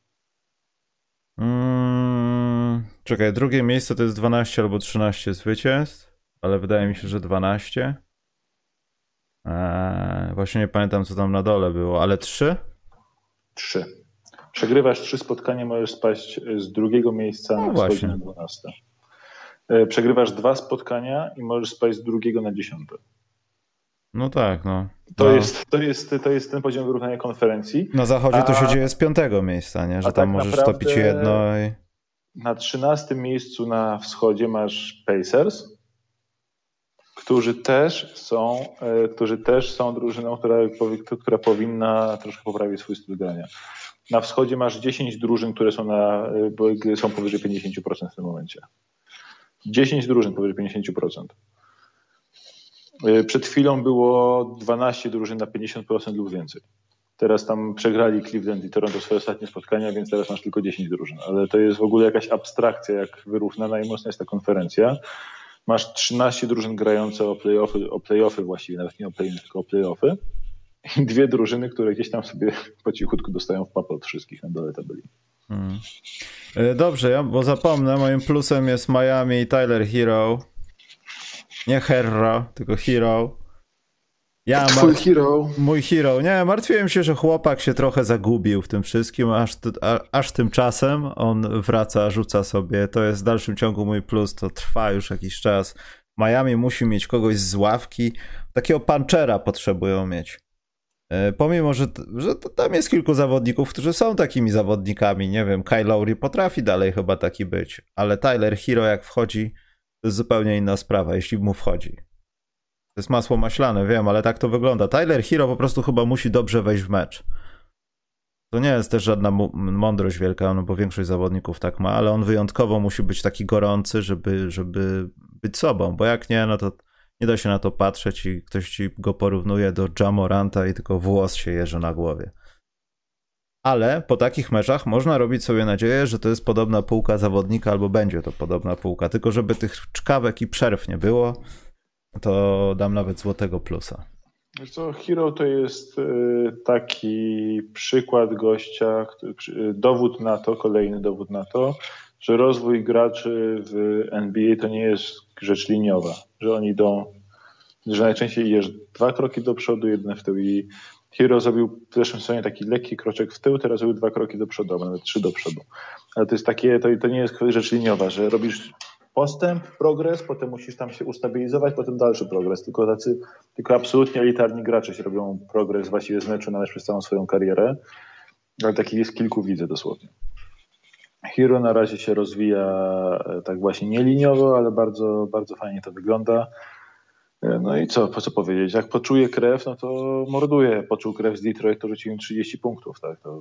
Czekaj, drugie miejsce to jest 12 albo 13 zwycięstw, ale wydaje mi się, że 12. Właśnie nie pamiętam, co tam na dole było, ale 3? 3. Przegrywasz 3 spotkania, możesz spaść z drugiego miejsca na wschodzie na 12. Przegrywasz 2 spotkania i możesz spaść z drugiego na 10. No tak, no. To jest ten poziom wyrównania konferencji. Na zachodzie to się dzieje z 5. miejsca, nie? Że tam tak możesz topić jedno i... Na 13. miejscu na wschodzie masz Pacers, którzy też są drużyną, która powinna troszkę poprawić swój styl grania. Na wschodzie masz 10 drużyn, które są powyżej 50% w tym momencie. 10 drużyn powyżej 50%. Przed chwilą było 12 drużyn na 50% lub więcej. Teraz tam przegrali Cleveland i Toronto swoje ostatnie spotkania, więc teraz masz tylko 10 drużyn. Ale to jest w ogóle jakaś abstrakcja, jak wyrównana i mocna jest ta konferencja. Masz 13 drużyn grające o play-offy właściwie, nawet nie o play-in, tylko o play-offy. I 2 drużyny, które gdzieś tam sobie po cichutku dostają w papę od wszystkich na dole tabeli. Dobrze, bo zapomnę, moim plusem jest Miami i Tyler Hero. Nie Herro, tylko Hero. Twój hero. Mój hero. Nie, martwiłem się, że chłopak się trochę zagubił w tym wszystkim, aż tymczasem on wraca, rzuca sobie. To jest w dalszym ciągu mój plus, to trwa już jakiś czas. Miami musi mieć kogoś z ławki. Takiego punchera potrzebują mieć. Pomimo, że tam jest kilku zawodników, którzy są takimi zawodnikami. Nie wiem, Kyle Lowry potrafi dalej chyba taki być, ale Tyler Hero jak wchodzi, to jest zupełnie inna sprawa, jeśli mu wchodzi. To jest masło maślane, wiem, ale tak to wygląda. Tyler Hero po prostu chyba musi dobrze wejść w mecz. To nie jest też żadna mądrość wielka, no bo większość zawodników tak ma, ale on wyjątkowo musi być taki gorący, żeby być sobą, bo jak nie, no to nie da się na to patrzeć i ktoś ci go porównuje do Ja Moranta i tylko włos się jeży na głowie. Ale po takich meczach można robić sobie nadzieję, że to jest podobna półka zawodnika, albo będzie to podobna półka, tylko żeby tych czkawek i przerw nie było, to dam nawet złotego plusa. Wiesz co, Hero to jest taki przykład gościa, kolejny dowód na to, że rozwój graczy w NBA to nie jest rzecz liniowa, że najczęściej idziesz 2 kroki do przodu, 1 w tył i Hero zrobił w zeszłym sezonie taki lekki kroczek w tył, teraz zrobił 2 kroki do przodu, nawet 3 do przodu. Ale to jest to nie jest rzecz liniowa, że robisz postęp, progres, potem musisz tam się ustabilizować, potem dalszy progres. Tylko absolutnie elitarni gracze się robią progres właściwie z meczu na mecz przez całą swoją karierę, ale takich jest kilku, widzę dosłownie. Hero na razie się rozwija tak właśnie nieliniowo, ale bardzo, bardzo fajnie to wygląda. No i po co powiedzieć? Jak poczuje krew, no to morduje. Poczuł krew z Detroit, to rzucił im 30 punktów. Tak? To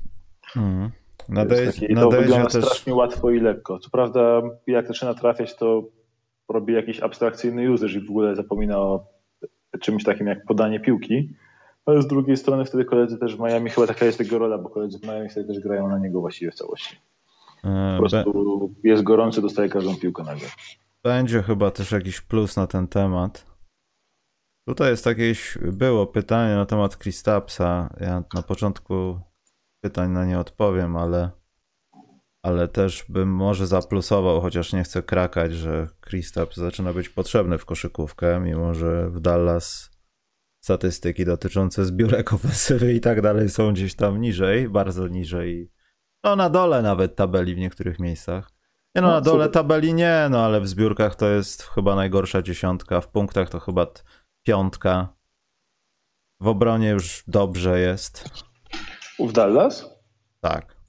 to wygląda też strasznie łatwo i lekko. Co prawda, jak zaczyna trafiać, to robi jakiś abstrakcyjny usage i w ogóle zapomina o czymś takim jak podanie piłki. Ale z drugiej strony wtedy koledzy też w Miami, chyba taka jest jego rola, bo koledzy w Miami wtedy też grają na niego właściwie w całości. Po prostu jest gorący, dostaje każdą piłkę nagle. Będzie chyba też jakiś plus na ten temat. Tutaj jest było pytanie na temat Kristapsa. Ja na początku pytań na nie odpowiem, ale też bym może zaplusował, chociaż nie chcę krakać, że Kristaps zaczyna być potrzebny w koszykówkę, mimo że w Dallas statystyki dotyczące zbiórek ofensywy i tak dalej są gdzieś tam niżej, bardzo niżej. No na dole nawet tabeli w niektórych miejscach. Nie no, na dole tabeli nie, no ale w zbiórkach to jest chyba najgorsza 10, w punktach to chyba 5. W obronie już dobrze jest. W Dallas? Tak.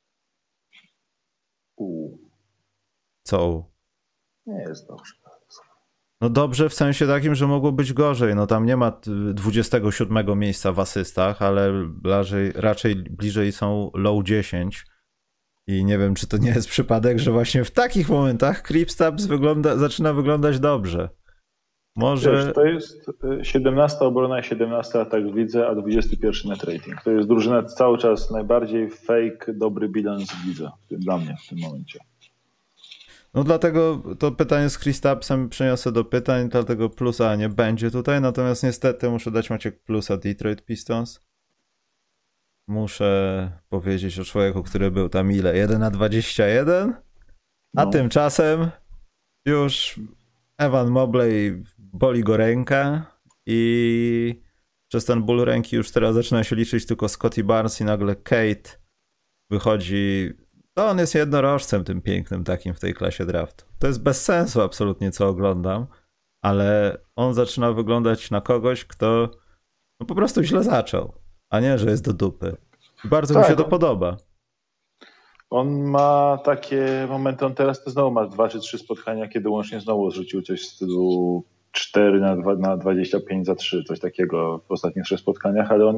Co? Nie jest dobrze. No dobrze w sensie takim, że mogło być gorzej. No tam nie ma 27 miejsca w asystach, ale raczej bliżej są low 10. I nie wiem, czy to nie jest przypadek, że właśnie w takich momentach Kristaps zaczyna wyglądać dobrze. Może... Wiesz, to jest 17 obrona i 17 atak w lidze, a 21 net rating. To jest drużyna cały czas najbardziej fake, dobry bilans w lidze. Dla mnie w tym momencie. No dlatego to pytanie z Kristapsem przeniosę do pytań, dlatego plusa nie będzie tutaj, natomiast niestety muszę dać Maciek plusa Detroit Pistons. Muszę powiedzieć o człowieku, który był tam ile? 1/21? A No. tymczasem już Evan Mobley boli go ręka i przez ten ból ręki już teraz zaczyna się liczyć tylko Scottie Barnes i nagle Kate wychodzi. To on jest jednorożcem tym pięknym takim w tej klasie draftu. To jest bez sensu absolutnie, co oglądam, ale on zaczyna wyglądać na kogoś, kto no po prostu źle zaczął, a nie, że jest do dupy. Bardzo mi się to podoba. On ma takie momenty, on teraz to znowu ma 2 czy 3 spotkania, kiedy łącznie znowu zrzucił coś w stylu 4/25 za 3, coś takiego w ostatnich 3 spotkaniach, ale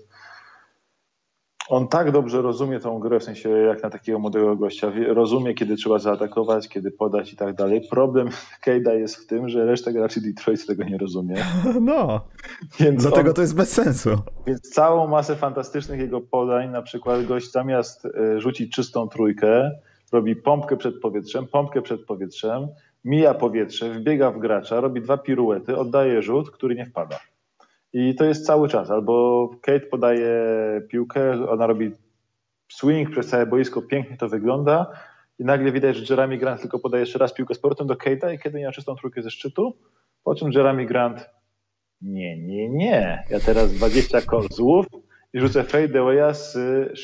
on tak dobrze rozumie tą grę, w sensie jak na takiego młodego gościa, rozumie, kiedy trzeba zaatakować, kiedy podać i tak dalej. Problem Cade'a jest w tym, że reszta graczy Detroit tego nie rozumie. No, więc dlatego to jest bez sensu. Więc całą masę fantastycznych jego podań, na przykład gość zamiast rzucić czystą trójkę, robi pompkę przed powietrzem, mija powietrze, wbiega w gracza, robi 2 piruety, oddaje rzut, który nie wpada. I to jest cały czas. Albo Kate podaje piłkę, ona robi swing przez całe boisko, pięknie to wygląda i nagle widać, że Jeremy Grant tylko podaje jeszcze raz piłkę z powrotem do Kate'a i kiedy nie ma czystą trójkę ze szczytu, po czym Jeremy Grant nie. Ja teraz 20 kozłów i rzucę fadeawaya z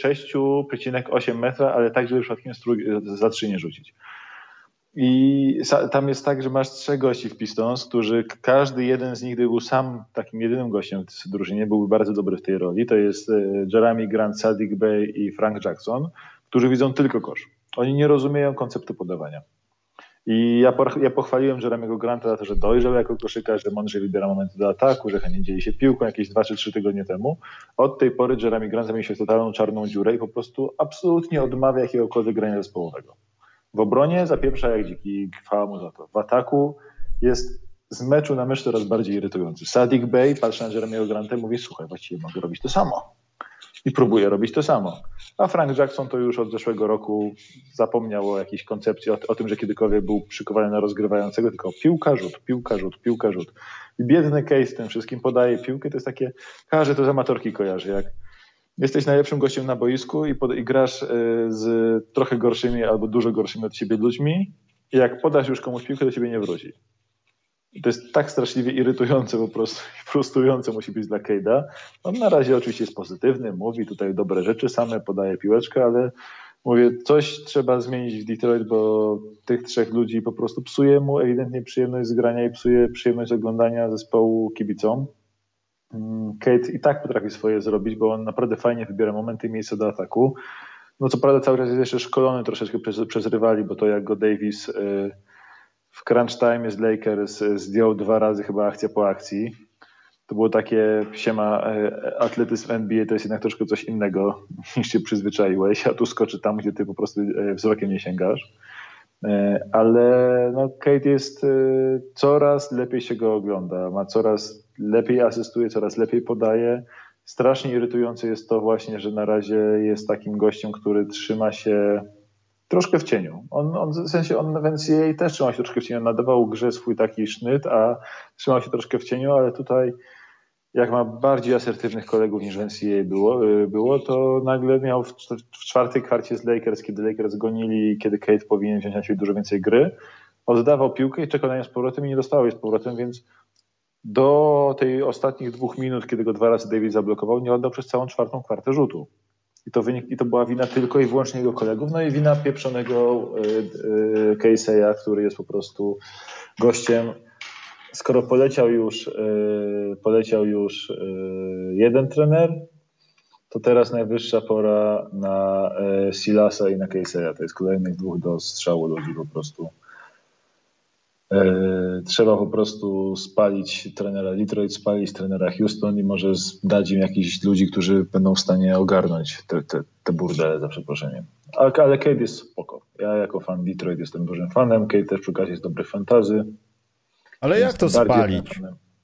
6,8 metra, ale tak, żeby przypadkiem za 3 nie rzucić. I tam jest tak, że masz 3 gości w Pistons, którzy każdy jeden z nich, gdyby był sam takim jedynym gościem w drużynie, byłby bardzo dobry w tej roli. To jest Jeremy Grant, Saddiq Bey i Frank Jackson, którzy widzą tylko kosz. Oni nie rozumieją konceptu podawania. I ja pochwaliłem Jeremy'ego Granta za to, że dojrzał jako koszykarz, że mądrze wybiera momenty do ataku, że chętnie dzieli się piłką jakieś 2 czy 3 tygodnie temu. Od tej pory Jeremy Grant zamienił się w totalną czarną dziurę i po prostu absolutnie odmawia jakiegokolwiek grania zespołowego. W obronie zapieprza jak dziki, chwała mu za to. W ataku jest z meczu na mecz coraz bardziej irytujący. Saddiq Bey patrzy na Jeremy'ego Granta i mówi, słuchaj, właściwie mogę robić to samo. I próbuje robić to samo. A Frank Jackson to już od zeszłego roku zapomniał o jakiejś koncepcji, o tym, że kiedykolwiek był przykowany na rozgrywającego, tylko piłka, rzut. I biedny Case tym wszystkim podaje piłkę, to jest takie, każdy to z amatorki kojarzy, jak jesteś najlepszym gościem na boisku i grasz z trochę gorszymi albo dużo gorszymi od siebie ludźmi i jak podasz już komuś piłkę, to ciebie nie wróci. I to jest tak straszliwie irytujące po prostu i frustrujące musi być dla Cade'a. On na razie oczywiście jest pozytywny, mówi tutaj dobre rzeczy, same podaje piłeczkę, ale mówię, coś trzeba zmienić w Detroit, bo tych 3 ludzi po prostu psuje mu ewidentnie przyjemność z grania i psuje przyjemność oglądania zespołu kibicom. Cade i tak potrafi swoje zrobić, bo on naprawdę fajnie wybiera momenty i miejsca do ataku. No co prawda cały czas jest jeszcze szkolony troszeczkę przez rywali, bo to jak go Davis w crunch time z Lakers zdjął 2 razy chyba akcja po akcji. To było takie siema, atletyzm NBA to jest jednak troszkę coś innego niż się przyzwyczaiłeś, a tu skoczy tam, gdzie ty po prostu wzrokiem nie sięgasz. Ale no, Cade jest coraz lepiej się go ogląda, ma coraz lepiej asystuje, coraz lepiej podaje. Strasznie irytujące jest to właśnie, że na razie jest takim gościem, który trzyma się troszkę w cieniu. On w sensie w NCAA też trzymał się troszkę w cieniu, nadawał grze swój taki sznyt, a trzymał się troszkę w cieniu, ale tutaj jak ma bardziej asertywnych kolegów niż w NCAA było, to nagle miał w 4. kwarcie z Lakers, kiedy Lakers gonili, kiedy Cade powinien wziąć na siebie dużo więcej gry, oddawał piłkę i czekał na nią z powrotem i nie dostał jej z powrotem, więc do tej ostatnich 2 minut, kiedy go 2 razy Davis zablokował, nie oddał przez całą 4. kwartę rzutu. I to była wina tylko i wyłącznie jego kolegów, no i wina pieprzonego Casey'a, który jest po prostu gościem. Skoro poleciał już jeden trener, to teraz najwyższa pora na Silasa i na Casey'a. To jest kolejnych 2 do strzału ludzi po prostu. Trzeba po prostu spalić trenera Detroit, spalić trenera Houston i może dać im jakichś ludzi, którzy będą w stanie ogarnąć te burdele, za przeproszeniem. Ale Cade jest spoko. Ja jako fan Detroit jestem dużym fanem. Cade też przy okazji jest dobry w fantasy. Ale jak to spalić?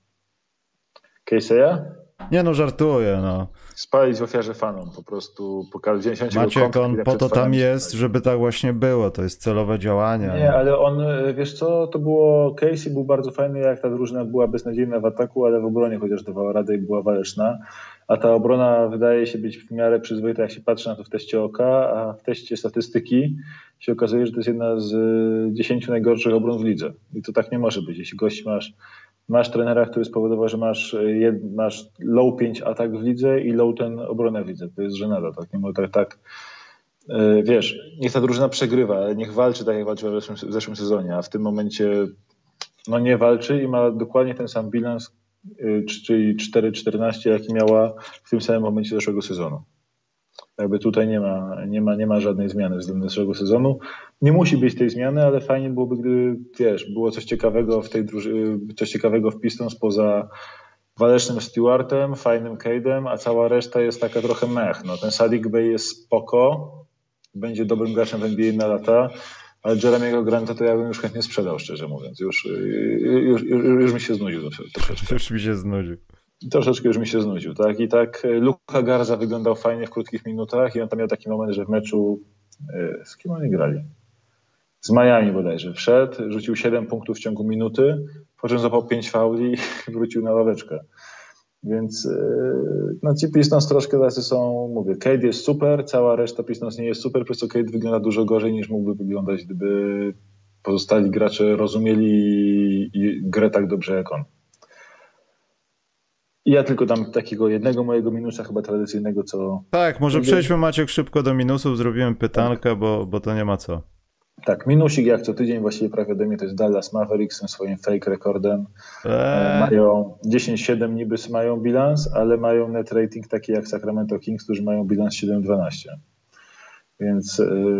Casey'a? Nie no, żartuję, no. Spalić w ofiarze fanom, po prostu pokazać. Maciek, on po to tam jest, żeby tak właśnie było, to jest celowe działanie. Nie, ale on, wiesz co, to było, Casey był bardzo fajny, jak ta drużyna była beznadziejna w ataku, ale w obronie chociaż dawała radę i była waleczna, a ta obrona wydaje się być w miarę przyzwoita, jak się patrzy na to w teście oka, a w teście statystyki się okazuje, że to jest jedna z 10 najgorszych obron w lidze i to tak nie może być, jeśli gość masz trenera, który spowodował, że masz low 5 atak w lidze i low 10 obronę w lidze. To jest żenada. Tak, nie może tak. Wiesz, niech ta drużyna przegrywa, ale niech walczy tak, jak walczyła w zeszłym sezonie, a w tym momencie no nie walczy i ma dokładnie ten sam bilans, czyli 4-14, jaki miała w tym samym momencie zeszłego sezonu. Jakby tutaj nie ma żadnej zmiany względem zeszłego sezonu. Nie musi być tej zmiany, ale fajnie byłoby, gdyby, wiesz, było coś ciekawego w tej coś ciekawego w Pistons poza walecznym Stewartem, fajnym Cade'em, a cała reszta jest taka trochę mech. No, ten Sadiq Bey jest spoko, będzie dobrym graczem w NBA na lata, ale Jeremiego Granta to ja bym już chętnie sprzedał, szczerze mówiąc. Już mi się znudził troszeczkę. Już mi się znudził. Troszeczkę już mi się znudził, tak? I tak Luka Garza wyglądał fajnie w krótkich minutach i on tam miał taki moment, że w meczu z kim oni grali? Z Miami bodajże. Wszedł, rzucił 7 punktów w ciągu minuty, po czym złapał 5 fauli i wrócił na ławeczkę. Więc no ci Pistons troszkę tacy są, mówię, Cade jest super, cała reszta Pistons nie jest super, przez co Cade wygląda dużo gorzej niż mógłby wyglądać, gdyby pozostali gracze rozumieli grę tak dobrze jak on. I ja tylko dam takiego jednego mojego minusa, chyba tradycyjnego, co... Tak, może przejdźmy, Maciek, szybko do minusów, zrobiłem pytankę, tak. bo to nie ma co. Tak, minusik jak co tydzień właściwie prawie ode mnie to jest Dallas Mavericks z swoim fake rekordem. Mają 10-7 niby mają bilans, ale mają net rating taki jak Sacramento Kings, którzy mają bilans 7-12. Więc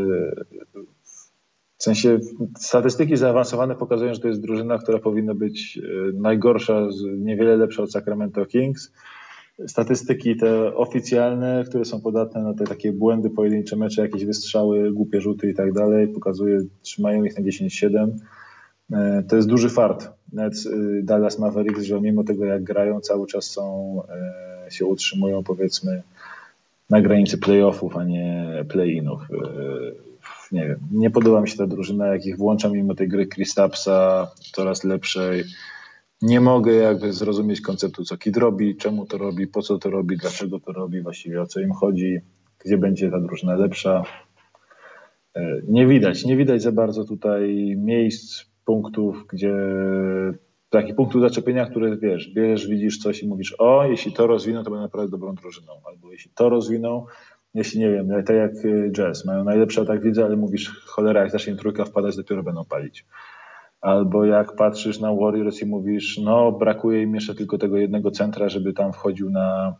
w sensie statystyki zaawansowane pokazują, że to jest drużyna, która powinna być najgorsza, niewiele lepsza od Sacramento Kings. Statystyki te oficjalne, które są podatne na te takie błędy, pojedyncze mecze, jakieś wystrzały, głupie rzuty i tak dalej, pokazuje, trzymają ich na 10-7. To jest duży fart. Nawet Dallas Mavericks, że mimo tego jak grają, cały czas się utrzymują, powiedzmy, na granicy playoffów, a nie play-inów. Nie wiem, nie podoba mi się ta drużyna, jak ich włączam mimo tej gry Kristapsa, coraz lepszej. Nie mogę jakby zrozumieć konceptu, co Kid robi, czemu to robi, po co to robi, dlaczego to robi, właściwie o co im chodzi, gdzie będzie ta drużyna lepsza. Nie widać za bardzo tutaj miejsc, punktów, gdzie takich punktów zaczepienia, które wiesz, widzisz coś i mówisz, o, jeśli to rozwiną, to będą naprawdę dobrą drużyną, albo jeśli to rozwiną, jeśli nie wiem, tak jak Jazz, mają najlepszy atak w lidze, ale mówisz, cholera, jak zacznie im trójka wpadać, dopiero będą palić. Albo jak patrzysz na Warriors i mówisz, no brakuje im jeszcze tylko tego jednego centra, żeby tam wchodził na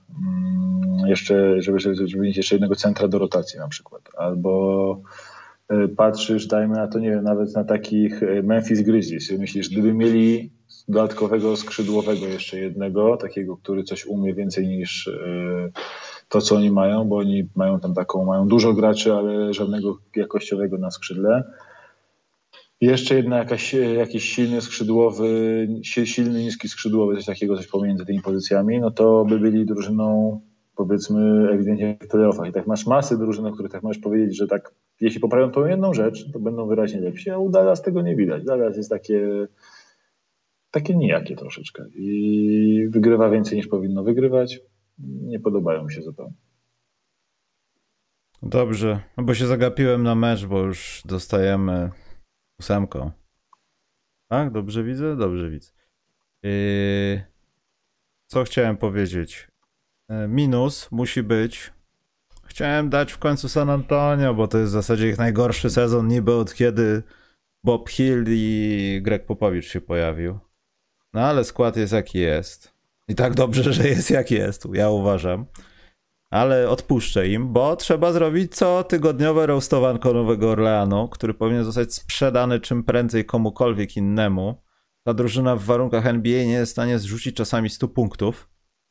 żeby mieć jeszcze jednego centra do rotacji na przykład. Albo patrzysz, dajmy na to, nie wiem, nawet na takich Memphis Grizzlies. Myślisz, gdyby mieli dodatkowego skrzydłowego jeszcze jednego, takiego, który coś umie więcej niż to, co oni mają, bo oni mają tam mają dużo graczy, ale żadnego jakościowego na skrzydle. Jeszcze jakiś silny skrzydłowy, silny, niski skrzydłowy, coś pomiędzy tymi pozycjami, no to by byli drużyną, powiedzmy, ewidentnie w playoffach. I tak masz masy drużyn, o których tak możesz powiedzieć, że tak, jeśli poprawią tą jedną rzecz, to będą wyraźnie lepsi, a u Dallas tego nie widać. Dallas jest takie nijakie troszeczkę i wygrywa więcej niż powinno wygrywać. Nie podobają mi się zupełnie. Dobrze, no bo się zagapiłem na mecz, bo już dostajemy 8. Tak? Dobrze widzę? Dobrze widzę. Co chciałem powiedzieć? Minus musi być. Chciałem dać w końcu San Antonio, bo to jest w zasadzie ich najgorszy sezon niby od kiedy Bob Hill i Greg Popovich się pojawił. No ale skład jest jaki jest. I tak dobrze, że jest jak jest, ja uważam. ale odpuszczę im, bo trzeba zrobić cotygodniowe roastowanko Nowego Orleanu, który powinien zostać sprzedany czym prędzej komukolwiek innemu. Ta drużyna w warunkach NBA nie jest w stanie zrzucić czasami 100 punktów.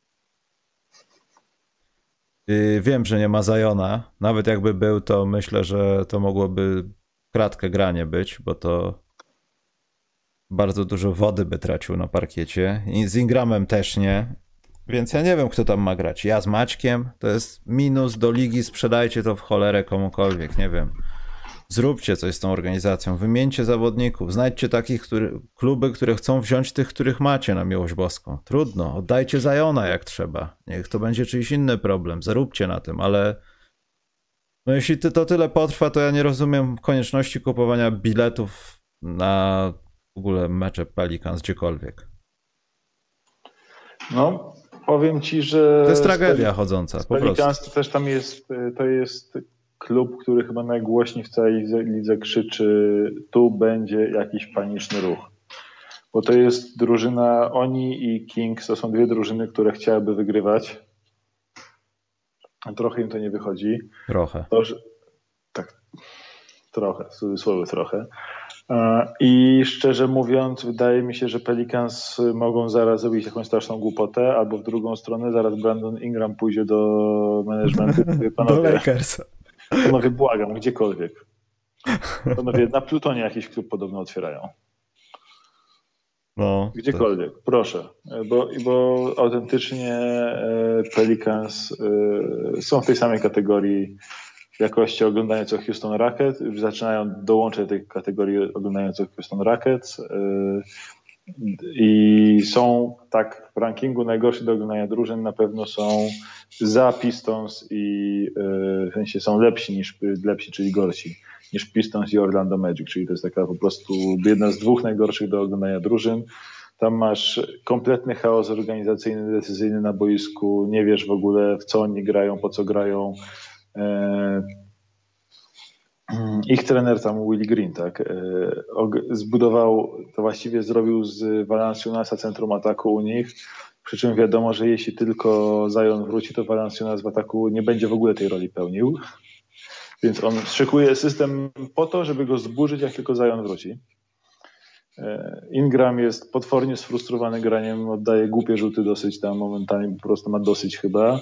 Wiem, że nie ma Ziona. Nawet jakby był, to myślę, że to mogłoby kratkę granie być, bo to bardzo dużo wody by tracił na parkiecie. I z Ingramem też nie. Więc ja nie wiem, kto tam ma grać. Ja z Maćkiem, to jest minus do ligi, sprzedajcie to w cholerę komukolwiek, nie wiem. Zróbcie coś z tą organizacją, wymieńcie zawodników, znajdźcie takich kluby, które chcą wziąć tych, których macie na miłość boską. Trudno, oddajcie Ziona jak trzeba. Niech to będzie czyjś inny problem, zaróbcie na tym, ale no jeśli to tyle potrwa, to ja nie rozumiem konieczności kupowania biletów na w ogóle mecze Pelicans gdziekolwiek. No, powiem ci, że... To jest tragedia chodząca, po prostu. Pelicans to też tam jest, to jest klub, który chyba najgłośniej w całej lidze krzyczy, tu będzie jakiś paniczny ruch. Bo to jest drużyna, oni i Kings, to są dwie drużyny, które chciałyby wygrywać. Trochę im to nie wychodzi. Trochę. Tak, trochę, w cudzysłowie trochę. I szczerze mówiąc, wydaje mi się, że Pelicans mogą zaraz zrobić jakąś straszną głupotę, albo w drugą stronę zaraz Brandon Ingram pójdzie do managementu. Do Lakers. Panowie, błagam, gdziekolwiek. Panowie, na Plutonie jakiś klub podobno otwierają. No, gdziekolwiek, proszę. Bo autentycznie Pelicans są w tej samej kategorii jakości oglądania co Houston Rockets. Zaczynają dołączyć do tej kategorii oglądania co Houston Rockets. I są tak w rankingu najgorszych do oglądania drużyn na pewno są za Pistons i w sensie są lepsi, czyli gorsi niż Pistons i Orlando Magic, czyli to jest taka po prostu jedna z dwóch najgorszych do oglądania drużyn. Tam masz kompletny chaos organizacyjny, decyzyjny na boisku, nie wiesz w ogóle w co oni grają, po co grają. Ich trener tam, Willie Green, tak, zbudował, to właściwie zrobił z Valanciunasa centrum ataku u nich, przy czym wiadomo, że jeśli tylko Zion wróci, to Valanciunas w ataku nie będzie w ogóle tej roli pełnił, więc on szykuje system po to, żeby go zburzyć, jak tylko Zion wróci. Ingram jest potwornie sfrustrowany graniem, oddaje głupie rzuty dosyć tam momentami, po prostu ma dosyć chyba.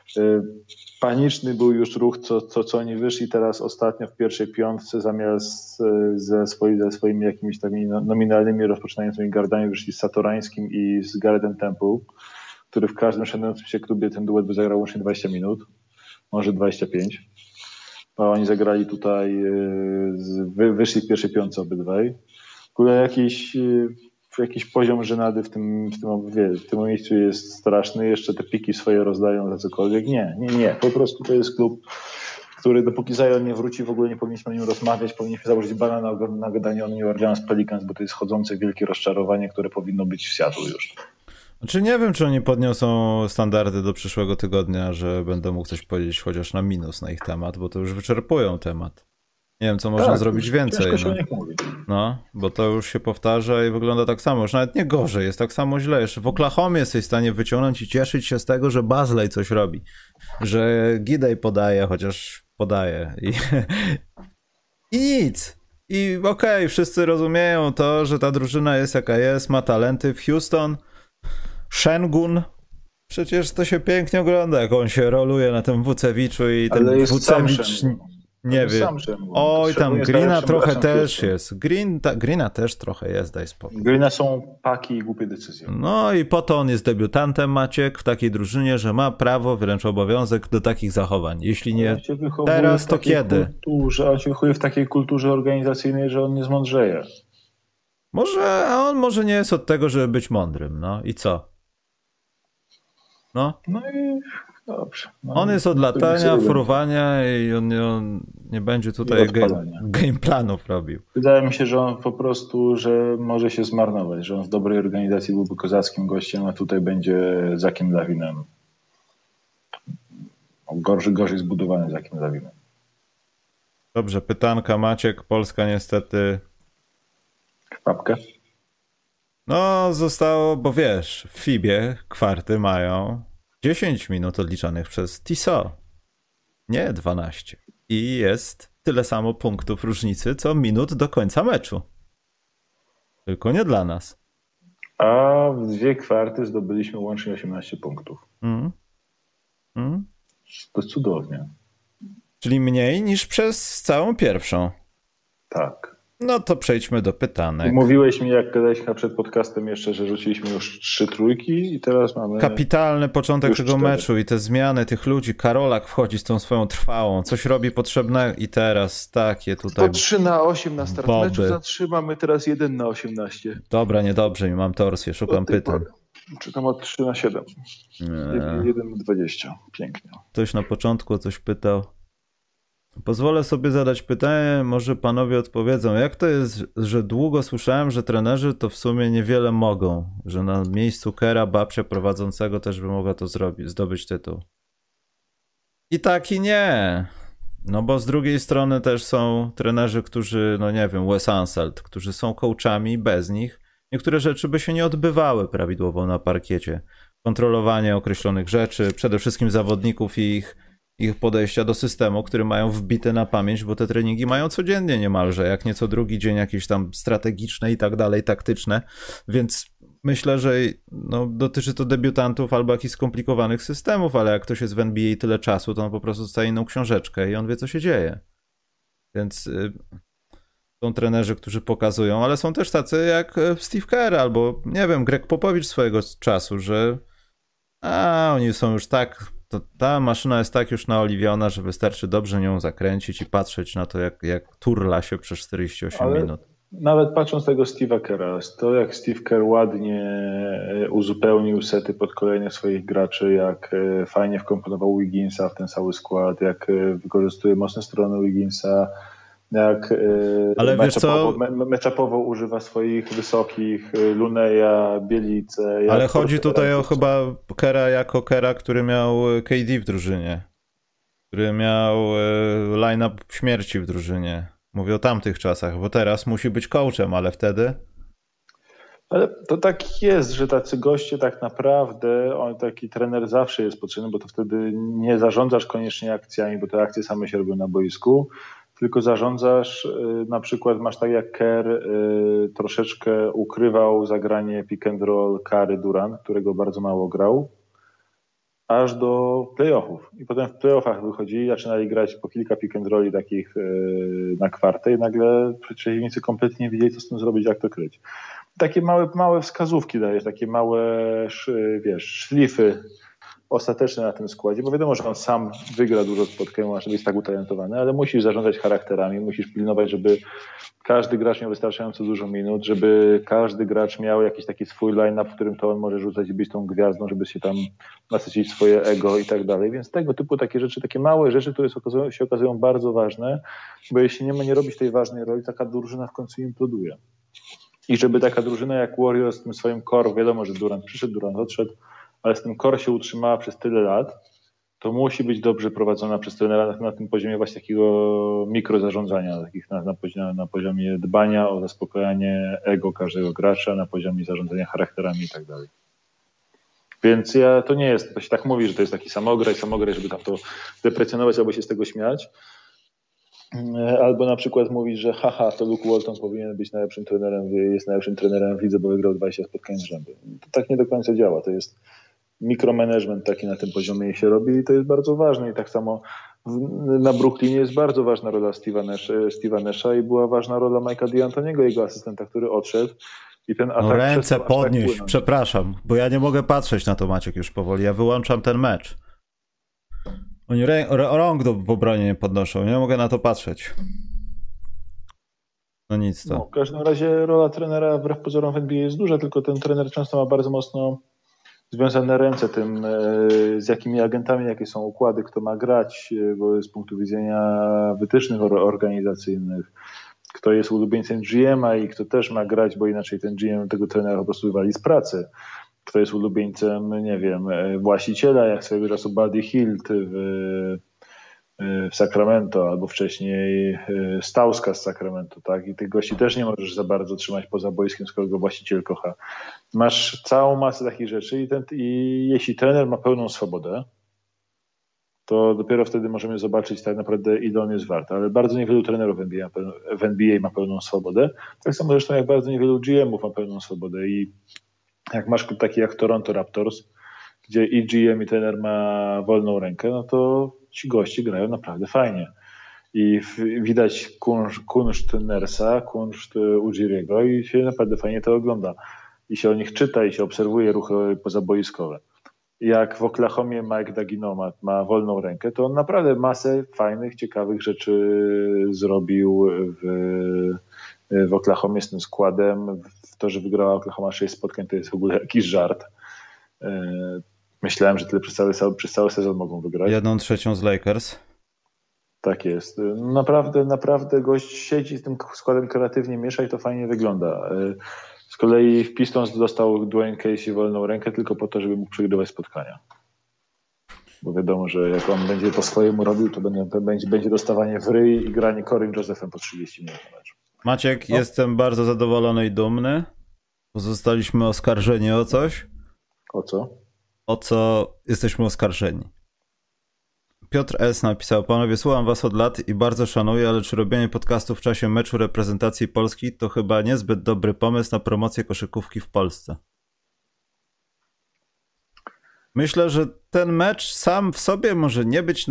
Paniczny był już ruch, co oni wyszli teraz ostatnio w pierwszej piątce, zamiast ze swoimi jakimiś takimi nominalnymi rozpoczynającymi gardami wyszli z Satorańskim i z Garrettem Temple, który w każdym szanującym się klubie ten duet by zagrał łącznie 20 minut, może 25. A oni zagrali tutaj, wyszli w pierwszej piątce obydwaj. W ogóle jakiś poziom żenady w tym miejscu jest straszny. Jeszcze te piki swoje rozdają za cokolwiek. Nie. Po prostu to jest klub, który dopóki Zion nie wróci, w ogóle nie powinniśmy o nim rozmawiać. Powinniśmy założyć bana na gadanie o New Orleans Pelicans, bo to jest chodzące wielkie rozczarowanie, które powinno być w Seattle już. Znaczy nie wiem, czy oni podniosą standardy do przyszłego tygodnia, że będę mógł coś powiedzieć chociaż na minus na ich temat, bo to już wyczerpują temat. Nie wiem, co można zrobić więcej. No, bo to już się powtarza i wygląda tak samo. Już nawet nie gorzej, jest tak samo źle. Jeszcze w Oklahomie jesteś w stanie wyciągnąć i cieszyć się z tego, że Bazley coś robi. Że Gidey podaje, chociaż podaje. I nic. I okej, wszyscy rozumieją to, że ta drużyna jest jaka jest, ma talenty. W Houston Şengün, przecież to się pięknie ogląda, jak on się roluje na tym Wucewiczu i ten Wucewicz nie wie. Oj, tam Greena trochę też jest. Greena też trochę jest, daj spokój. Greena są paki i głupie decyzje. No i po to on jest debiutantem, Maciek, w takiej drużynie, że ma prawo, wręcz obowiązek do takich zachowań. Jeśli nie teraz, to kiedy? On się wychowuje w takiej kulturze organizacyjnej, że on nie zmądrzeje. A on może nie jest od tego, żeby być mądrym, no i co? No i dobrze. On jest od latania, fruwania i on nie będzie tutaj game planów robił. Wydaje mi się, że on po prostu, że może się zmarnować, że on w dobrej organizacji byłby kozackim gościem, a tutaj będzie Zackiem Lavinem. Gorzej zbudowany Zackiem Lavinem. Dobrze, pytanka Maciek. Polska niestety... W papkę? No, zostało, bo wiesz, w FIBie kwarty mają 10 minut odliczanych przez Tissot. Nie 12. I jest tyle samo punktów różnicy, co minut do końca meczu. Tylko nie dla nas. A w 2 kwarty zdobyliśmy łącznie 18 punktów. To jest cudownie. Czyli mniej niż przez całą pierwszą. Tak. No to przejdźmy do pytanek. Mówiłeś mi, jak gadaliśmy przed podcastem jeszcze, że rzuciliśmy już 3 trójki i teraz mamy... Kapitalny początek tego 4. meczu i te zmiany tych ludzi. Karolak wchodzi z tą swoją trwałą, coś robi potrzebne i teraz takie tutaj... To 3-8 na start boby. meczu, zatrzymamy teraz 1-18. Dobra, niedobrze mi, mam torsję, szukam pytań. Czytam od 3-7. 1-20. Pięknie. Ktoś na początku o coś pytał. Pozwolę sobie zadać pytanie, może panowie odpowiedzą. Jak to jest, że długo słyszałem, że trenerzy to w sumie niewiele mogą, że na miejscu Kera babcia prowadzącego też by mogła to zrobić, zdobyć tytuł. I tak i nie. No bo z drugiej strony też są trenerzy, którzy, no nie wiem, Wes Unseld, którzy są coachami, bez nich niektóre rzeczy by się nie odbywały prawidłowo na parkiecie. Kontrolowanie określonych rzeczy, przede wszystkim zawodników i ich podejścia do systemu, który mają wbite na pamięć, bo te treningi mają codziennie niemalże, jak nie co drugi dzień jakieś tam strategiczne i tak dalej, taktyczne, więc myślę, że no, dotyczy to debiutantów albo jakichś skomplikowanych systemów, ale jak ktoś jest w NBA tyle czasu, to on po prostu dostaje inną książeczkę i on wie, co się dzieje. Więc są trenerzy, którzy pokazują, ale są też tacy jak Steve Kerr albo, nie wiem, Greg Popovich swojego czasu, że oni są już tak... ta maszyna jest tak już naoliwiona, że wystarczy dobrze nią zakręcić i patrzeć na to, jak turla się przez 48 minut. Nawet patrząc tego Steve'a Kerra, to jak Steve Kerr ładnie uzupełnił sety pod kolejnych swoich graczy, jak fajnie wkomponował Wigginsa w ten cały skład, jak wykorzystuje mocne strony Wigginsa, jak matchupowo używa swoich wysokich, Luneya, Bielicę. Ale chodzi tutaj o chyba Kerra jako Kerra, który miał KD w drużynie, który miał line-up śmierci w drużynie. Mówię o tamtych czasach, bo teraz musi być coachem, ale wtedy... Ale to tak jest, że tacy goście tak naprawdę, taki trener zawsze jest potrzebny, bo to wtedy nie zarządzasz koniecznie akcjami, bo te akcje same się robią na boisku, tylko zarządzasz, na przykład masz tak jak Kerr troszeczkę ukrywał zagranie pick and roll Kary Durant, którego bardzo mało grał, aż do playoffów. I potem w playoffach wychodzili, zaczynali grać po kilka pick and rolli takich na kwartę i nagle przeciwnicy kompletnie nie wiedzieli, co z tym zrobić, jak to kryć. Takie małe wskazówki dajesz, takie małe, szlify ostateczne na tym składzie, bo wiadomo, że on sam wygra dużo spotkań, żeby jest tak utalentowany, ale musisz zarządzać charakterami, musisz pilnować, żeby każdy gracz miał wystarczająco dużo minut, żeby każdy gracz miał jakiś taki swój line-up, w którym to on może rzucać i być tą gwiazdą, żeby się tam nasycić swoje ego i tak dalej, więc tego typu takie rzeczy, takie małe rzeczy, które się okazują bardzo ważne, bo jeśli nie robić tej ważnej roli, taka drużyna w końcu imploduje. I żeby taka drużyna jak Warriors z tym swoim core, wiadomo, że Durant przyszedł, Durant odszedł, ale z tym core się utrzymała przez tyle lat, to musi być dobrze prowadzona przez trenera na tym poziomie właśnie takiego mikrozarządzania, na poziomie dbania o zaspokojenie ego każdego gracza, na poziomie zarządzania charakterami i tak dalej. Więc to nie jest, to się tak mówi, że to jest taki samograj, żeby tam to deprecjonować albo się z tego śmiać. Albo na przykład mówić, że to Luke Walton powinien być najlepszym trenerem, jest najlepszym trenerem w lidze, bo wygrał 20 spotkań z rzędu. To tak nie do końca działa. To jest mikromanagement taki na tym poziomie się robi i to jest bardzo ważne. I tak samo na Brooklynie jest bardzo ważna rola Steve'a Nasha i była ważna rola Mike'a D'Antoniego, jego asystenta, który odszedł. I ten atak ręce podnieś, tak przepraszam, bo ja nie mogę patrzeć na to, Maciek, już powoli. Ja wyłączam ten mecz. Oni rąk w obronie nie podnoszą, nie mogę na to patrzeć. No nic to. W każdym razie rola trenera wbrew pozorom w NBA jest duża, tylko ten trener często ma bardzo mocno związane ręce tym, z jakimi agentami, jakie są układy, kto ma grać, bo z punktu widzenia wytycznych organizacyjnych, kto jest ulubieńcem GM-a i kto też ma grać, bo inaczej ten GM tego trenera po prostu wywali z pracy. Kto jest ulubieńcem, nie wiem, właściciela, jak swojego czasu Buddy Hield w Sacramento, albo wcześniej Stauska z Sacramento, tak? I tych gości też nie możesz za bardzo trzymać poza boiskiem, skoro go właściciel kocha. Masz całą masę takich rzeczy i jeśli trener ma pełną swobodę, to dopiero wtedy możemy zobaczyć tak naprawdę, ile on jest wart. Ale bardzo niewielu trenerów w NBA ma pełną swobodę. Tak samo zresztą jak bardzo niewielu GM-ów ma pełną swobodę. I jak masz klub taki jak Toronto Raptors, gdzie i GM i trener ma wolną rękę, no to ci goście grają naprawdę fajnie. I widać kunszt Nersa, kunszt Ujiriego i się naprawdę fajnie to ogląda. I się o nich czyta i się obserwuje ruchy pozaboiskowe. Jak w Oklahomie Mike D'Agino ma wolną rękę, to on naprawdę masę fajnych, ciekawych rzeczy zrobił w Oklahomie z tym składem. To, że wygrała Oklahoma 6 spotkań, to jest w ogóle jakiś żart. Myślałem, że tyle przez cały sezon mogą wygrać. 1/3 z Lakers. Tak jest. Naprawdę gość siedzi z tym składem kreatywnie, miesza i to fajnie wygląda. Z kolei w Pistons dostał Dwayne Casey wolną rękę tylko po to, żeby mógł przegrywać spotkania. Bo wiadomo, że jak on będzie po swojemu robił, to będzie dostawanie w ryj i granie Corey Josephem po 30 minut na mecz. Maciek, jestem bardzo zadowolony i dumny. Zostaliśmy oskarżeni o coś. O co? O co jesteśmy oskarżeni. Piotr S. napisał: panowie, słucham was od lat i bardzo szanuję, ale czy robienie podcastu w czasie meczu reprezentacji Polski to chyba niezbyt dobry pomysł na promocję koszykówki w Polsce? Myślę, że ten mecz sam w sobie może nie być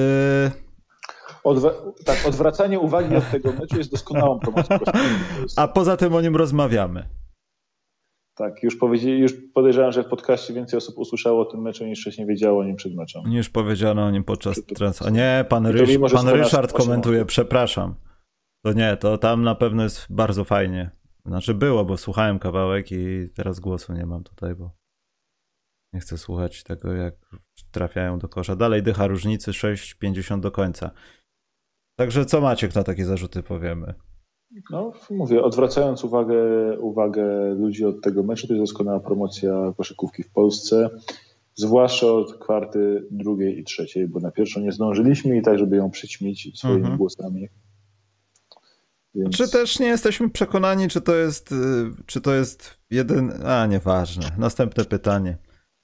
Odwracanie uwagi od tego meczu jest doskonałą promocją koszykówki w Polsce. A poza tym o nim rozmawiamy. Tak, już podejrzewam, że w podcaście więcej osób usłyszało o tym meczu niż wcześniej wiedziało o nim przed meczem. Niż powiedziano o nim podczas transferu. A nie, pan Ryszard komentuje, przepraszam. To nie, to tam na pewno jest bardzo fajnie. Znaczy było, bo słuchałem kawałek i teraz głosu nie mam tutaj, bo nie chcę słuchać tego, jak trafiają do kosza. Dalej dycha różnicy, 6,50 do końca. Także co Maciek na takie zarzuty powiemy? No, mówię, odwracając uwagę ludzi od tego meczu, to jest doskonała promocja koszykówki w Polsce, zwłaszcza od kwarty drugiej i trzeciej, bo na pierwszą nie zdążyliśmy i tak, żeby ją przyćmić swoimi głosami. Więc... Czy też nie jesteśmy przekonani, czy to jest jeden... A, nieważne. Następne pytanie.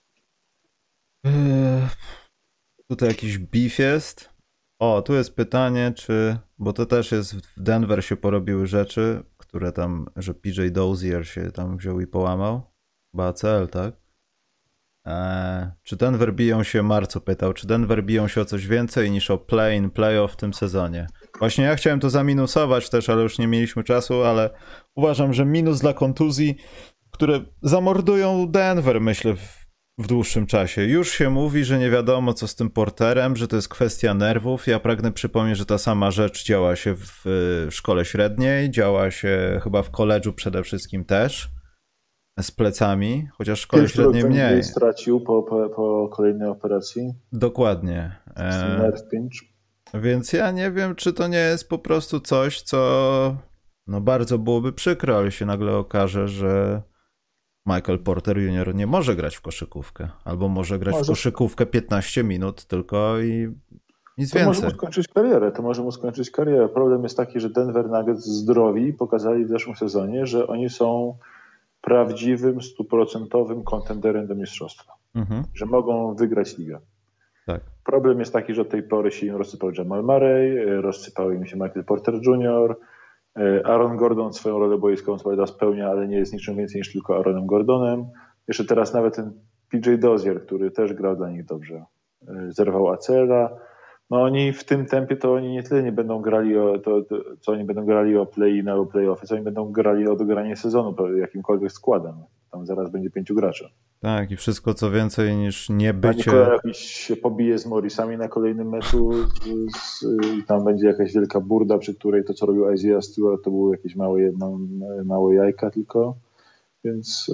Tutaj jakiś beef jest. O, tu jest pytanie, bo to też jest w Denver się porobiły rzeczy, które tam, że PJ Dozier się tam wziął i połamał. Chyba ACL, tak? Czy Denver biją się, Marco pytał, czy Denver biją się o coś więcej niż o play-in, playoff w tym sezonie? Właśnie ja chciałem to zaminusować też, ale już nie mieliśmy czasu, ale uważam, że minus dla kontuzji, które zamordują Denver, myślę, w dłuższym czasie. Już się mówi, że nie wiadomo co z tym Porterem, że to jest kwestia nerwów. Ja pragnę przypomnieć, że ta sama rzecz działa się w szkole średniej, działa się chyba w koledżu przede wszystkim też z plecami, chociaż w szkole średniej mniej. Stracił po kolejnej operacji. Dokładnie. Nerw pinch. Więc ja nie wiem, czy to nie jest po prostu coś, co no bardzo byłoby przykro, ale się nagle okaże, że Michael Porter Jr. nie może grać w koszykówkę. Albo może grać w koszykówkę 15 minut tylko i nic więcej. To może mu skończyć karierę. Problem jest taki, że Denver Nuggets zdrowi pokazali w zeszłym sezonie, że oni są prawdziwym, 100% kontenderem do mistrzostwa. Że mogą wygrać ligę. Tak. Problem jest taki, że od tej pory się im rozsypał Jamal Murray, rozsypał im się Michael Porter Jr., Aaron Gordon swoją rolę boiskową co spełnia, ale nie jest niczym więcej niż tylko Aaronem Gordonem. Jeszcze teraz nawet ten PJ Dozier, który też grał dla nich dobrze, zerwał ACL-a. No oni w tym tempie to oni nie tyle nie będą grali co oni będą grali o play-in albo play-offy, co oni będą grali o dogranie sezonu jakimkolwiek składem. Tam zaraz będzie 5 graczy. Tak, i wszystko co więcej niż nie bycie... Nikola jakiś się pobije z Morrisami na kolejnym meczu i tam będzie jakaś wielka burda, przy której to co robił Isaiah Stewart to były jakieś małe jajka tylko, więc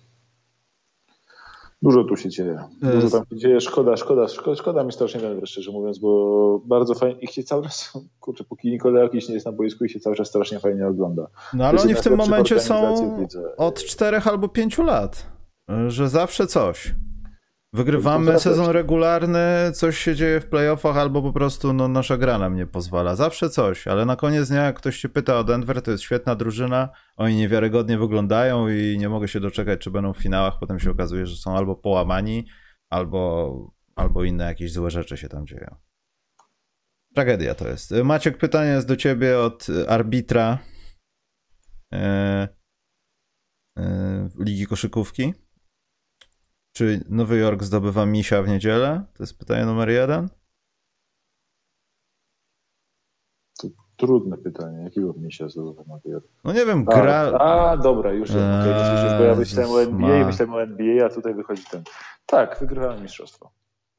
dużo tu się dzieje. Dużo tam się dzieje, szkoda mi strasznie Denver, szczerze mówiąc, bo bardzo fajnie ich się cały czas, póki Nikola jakiś nie jest na boisku, ich się cały czas strasznie fajnie ogląda. No ale oni w tym momencie są od 4 albo 5 lat. Że zawsze coś. Wygrywamy sezon regularny, coś się dzieje w playoffach, albo po prostu no, nasza gra nam nie pozwala. Zawsze coś, ale na koniec dnia, jak ktoś się pyta o Denver, to jest świetna drużyna, oni niewiarygodnie wyglądają i nie mogę się doczekać, czy będą w finałach. Potem się okazuje, że są albo połamani, albo inne jakieś złe rzeczy się tam dzieją. Tragedia to jest. Maciek, pytanie jest do ciebie od arbitra Ligi Koszykówki. Czy Nowy Jork zdobywa misia w niedzielę? To jest pytanie numer 1. To trudne pytanie. Jakiego misia zdobywa Nowy Jork? No nie wiem, dobra, już wiem. Okay, bo ja myślałem o NBA i myślałem o NBA, a tutaj wychodzi ten. Tak, wygrywałem mistrzostwo.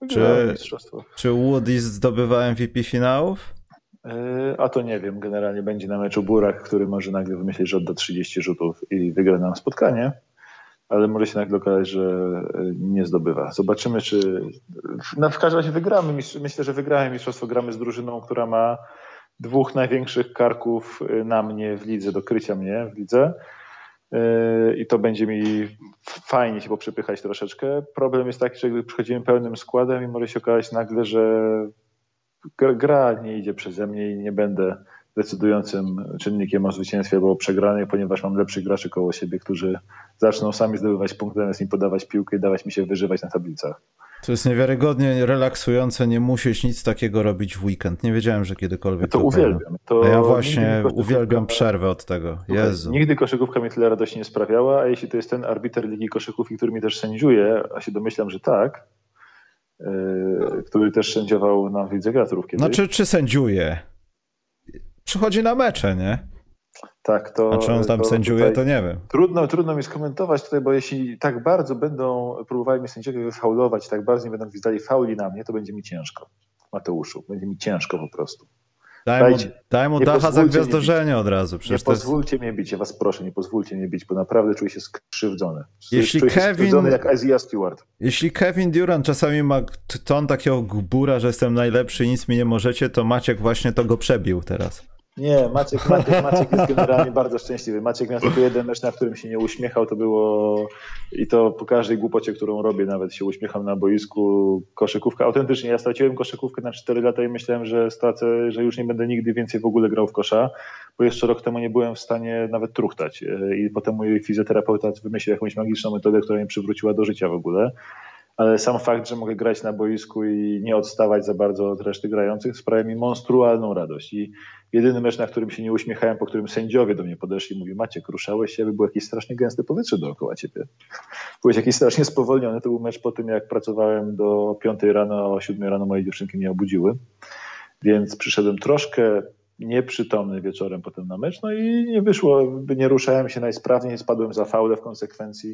Czy Woody zdobywa MVP finałów? A to nie wiem. Generalnie będzie na meczu Burak, który może nagle wymyślić, że odda 30 rzutów i wygra nam spotkanie. Ale może się nagle okazać, że nie zdobywa. Zobaczymy, czy... w każdym razie wygramy. Myślę, że wygramy mistrzostwo. Gramy z drużyną, która ma 2 największych karków na mnie w lidze, do krycia mnie w lidze. I to będzie mi fajnie się poprzepychać troszeczkę. Problem jest taki, że gdy przychodzimy pełnym składem i może się okazać nagle, że gra nie idzie przeze mnie i nie będę decydującym czynnikiem o zwycięstwie albo o przegranej, ponieważ mam lepszych graczy koło siebie, którzy zaczną sami zdobywać punkty, zamiast im podawać piłkę i dawać mi się wyżywać na tablicach. To jest niewiarygodnie relaksujące, nie musieć nic takiego robić w weekend. Nie wiedziałem, że kiedykolwiek to uwielbiam. A ja właśnie uwielbiam przerwę od tego. Jezu. Nigdy koszykówka mi tyle radości nie sprawiała, a jeśli to jest ten arbiter Ligi Koszykówki, który mi też sędziuje, a się domyślam, że tak, który też sędziował nam w Lidze Graturów kiedyś. Znaczy, czy sędziuje? Przychodzi na mecze, nie? Tak, to... A czy on tam sędziuje, to nie wiem. Trudno mi skomentować tutaj, bo jeśli tak bardzo będą próbowali mnie sędziowie wyfaulować, tak bardzo nie będą gwizdali fauli na mnie, to będzie mi ciężko, Mateuszu. Będzie mi ciężko po prostu. Daj mu dacha za gwiazdorzenie od razu. Przecież pozwólcie mnie bić, ja was proszę, nie pozwólcie mnie bić, bo naprawdę czuję się skrzywdzony. Skrzywdzony jak Isaiah Stewart. Jeśli Kevin Durant czasami ma ton takiego gbura, że jestem najlepszy, nic mi nie możecie, to Maciek właśnie to go przebił teraz. Nie, Maciek jest generalnie bardzo szczęśliwy. Maciek miał tylko jeden mecz, na którym się nie uśmiechał, to było i to po każdej głupocie, którą robię, nawet się uśmiecham na boisku. Koszykówka, autentycznie, ja straciłem koszykówkę na 4 lata i myślałem, że stracę, że już nie będę nigdy więcej w ogóle grał w kosza, bo jeszcze rok temu nie byłem w stanie nawet truchtać i potem mój fizjoterapeuta wymyślił jakąś magiczną metodę, która mnie przywróciła do życia w ogóle. Ale sam fakt, że mogę grać na boisku i nie odstawać za bardzo od reszty grających, sprawia mi monstrualną radość. I jedyny mecz, na którym się nie uśmiechałem, po którym sędziowie do mnie podeszli i mówili: Maciek, ruszałeś się, aby było jakieś strasznie gęste powietrze dookoła ciebie. Byłeś jakiś strasznie spowolniony. To był mecz po tym, jak pracowałem do 5 rano, a o 7 rano moje dziewczynki mnie obudziły. Więc przyszedłem troszkę nieprzytomny wieczorem potem na mecz, no i nie wyszło, nie ruszałem się najsprawniej, spadłem za faulę w konsekwencji.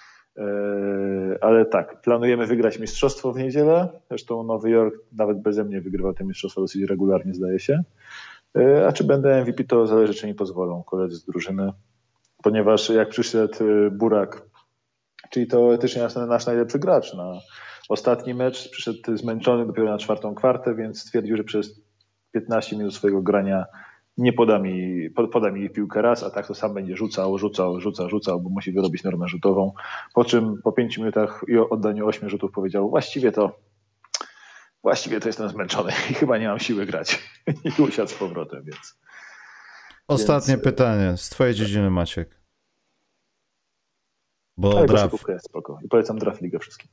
Ale tak, planujemy wygrać mistrzostwo w niedzielę. Zresztą Nowy Jork nawet beze mnie wygrywał te mistrzostwa dosyć regularnie, zdaje się. A czy będę MVP, to zależy, czy mi pozwolą koledzy z drużyny. Ponieważ jak przyszedł Burak, czyli teoretycznie nasz najlepszy gracz na ostatni mecz, przyszedł zmęczony dopiero na 4. kwartę, więc stwierdził, że przez 15 minut swojego grania nie poda mi piłkę raz, a tak to sam będzie rzucał, bo musi wyrobić normę rzutową. Po czym po 5 minutach i oddaniu 8 rzutów powiedział: właściwie to jestem zmęczony i chyba nie mam siły grać. I usiadł z powrotem, więc... Ostatnie pytanie z twojej dziedziny, Maciek. Bo draft jest spoko. I polecam Draft Ligę wszystkim.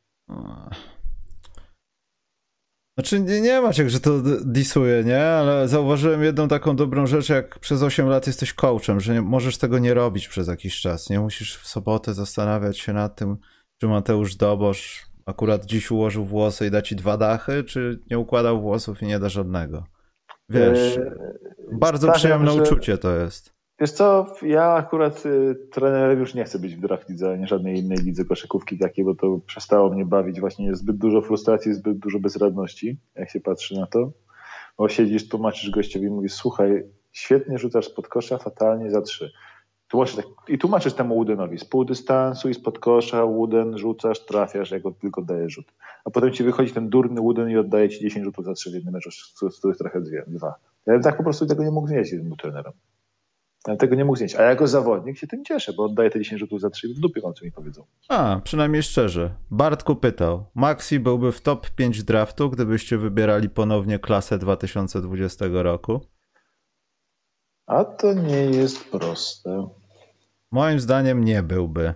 Znaczy nie Maciek, że to disuje, nie? Ale zauważyłem jedną taką dobrą rzecz, jak przez 8 lat jesteś coachem, że możesz tego nie robić przez jakiś czas. Nie musisz w sobotę zastanawiać się nad tym, czy Mateusz Dobosz akurat dziś ułożył włosy i da ci 2 dachy, czy nie układał włosów i nie da żadnego. Wiesz, bardzo przyjemne uczucie to jest. Wiesz co, ja akurat trenerem już nie chcę być w Draft Lidze, ani żadnej innej lidze koszykówki takiej, bo to przestało mnie bawić. Właśnie jest zbyt dużo frustracji, zbyt dużo bezradności, jak się patrzy na to. Bo siedzisz, tłumaczysz gościowi i mówisz: słuchaj, świetnie rzucasz spod kosza, fatalnie za 3. Tłumaczysz temu Woodenowi: z pół dystansu i spod kosza, Wooden, rzucasz, trafiasz, jak tylko dajesz rzut. A potem ci wychodzi ten durny Wooden i oddaje ci 10 rzutów za 3 w jednym meczu, z których trochę 2. Ja tak po prostu tego nie mógł znieść z tym trenerem. Ale tego nie mógł znieść. A jako zawodnik się tym cieszę, bo oddaję te 10 rzutów za 3 w dupie, co mi powiedzą. Przynajmniej szczerze. Bartku pytał. Maxi byłby w top 5 draftu, gdybyście wybierali ponownie klasę 2020 roku? A to nie jest proste. Moim zdaniem nie byłby.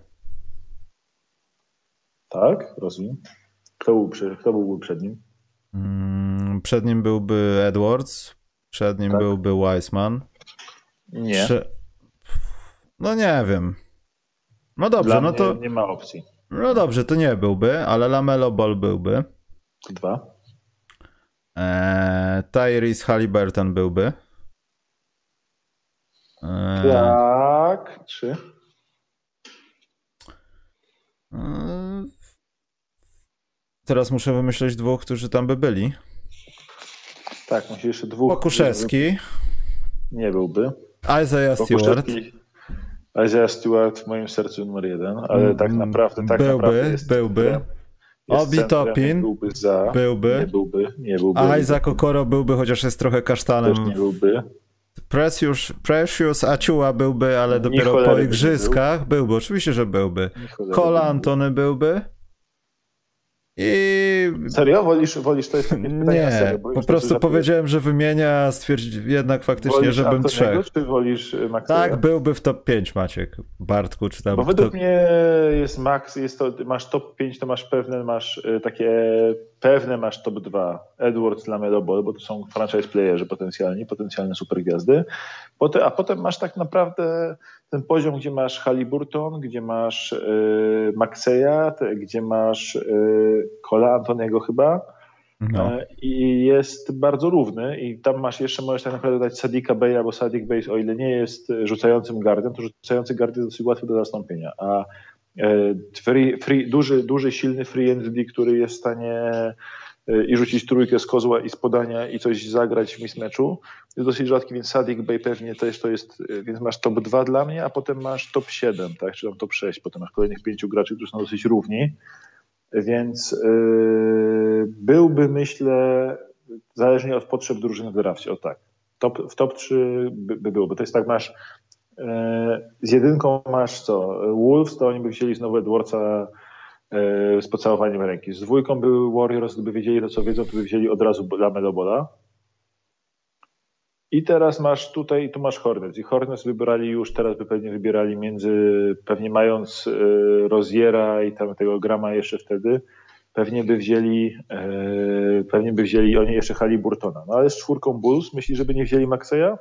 Tak? Rozumiem. Kto byłby przed nim? Przed nim byłby Edwards, przed nim byłby Wiseman. Nie. No nie wiem. No dobrze, Dla no mnie to... nie ma opcji. No dobrze, to nie byłby, ale LaMelo Ball byłby. 2. Tyrese Haliburton byłby. Tak. 3. Teraz muszę wymyśleć dwóch, którzy tam by byli. Tak, musi jeszcze dwóch. Pokuszewski. Nie byłby. Isaiah Stewart. Isaiah Stewart w moim sercu numer 1, ale tak naprawdę byłby. Obi Toppin byłby. Nie byłby. Isaac Okoro byłby, chociaż jest trochę kasztanem. Też nie byłby. Precious Achiuwa byłby, ale dopiero po igrzyskach byłby. Oczywiście, że byłby. Cole Antony byłby. I... Serio? Wolisz to jest takie pytanie na serio? Po prostu powiedziałem, że wymienia, a stwierdził jednak faktycznie, wolisz żebym Antoniego, 3. Czy wolisz Maxa? Tak, byłby w top 5, Maciek. Bartku, czy tam... Bo według mnie jest Max, masz top 5, to masz masz top 2. Edwards, LaMelo Ball, bo to są franchise playerzy potencjalne supergwiazdy. A potem masz tak naprawdę ten poziom, gdzie masz Haliburton, gdzie masz Maxeya, gdzie masz Cola Antoniego chyba. No. I jest bardzo równy i tam możesz tak naprawdę dać Sadika Beya, bo Sadik Bey, o ile nie jest rzucającym guardem, to rzucający guard jest dosyć łatwy do zastąpienia, a duży, silny free entity, który jest w stanie i rzucić trójkę z kozła i z podania i coś zagrać w mismatchu, jest dosyć rzadki, więc Sadik Bey pewnie też to jest, więc masz top 2 dla mnie, a potem masz top 7, tak, czy tam top 6, potem masz kolejnych 5 graczy, którzy są dosyć równi. Więc byłby, myślę, zależnie od potrzeb drużyny w drafcie, tak. W top 3 by byłoby. To jest tak, masz z 1 masz co? Wolves, to oni by wzięli znowu Edwardsa z pocałowaniem ręki. Z 2 były Warriors, gdyby wiedzieli to, co wiedzą, to by wzięli od razu LaMelo Balla. I teraz masz tu masz Hornets. I Hornets wybrali już, teraz by pewnie wybierali pewnie mając Roziera i tam tego Grama jeszcze wtedy, pewnie by wzięli oni jeszcze Haliburtona. No ale z 4 Bulls, myślisz, żeby nie wzięli Maxeya?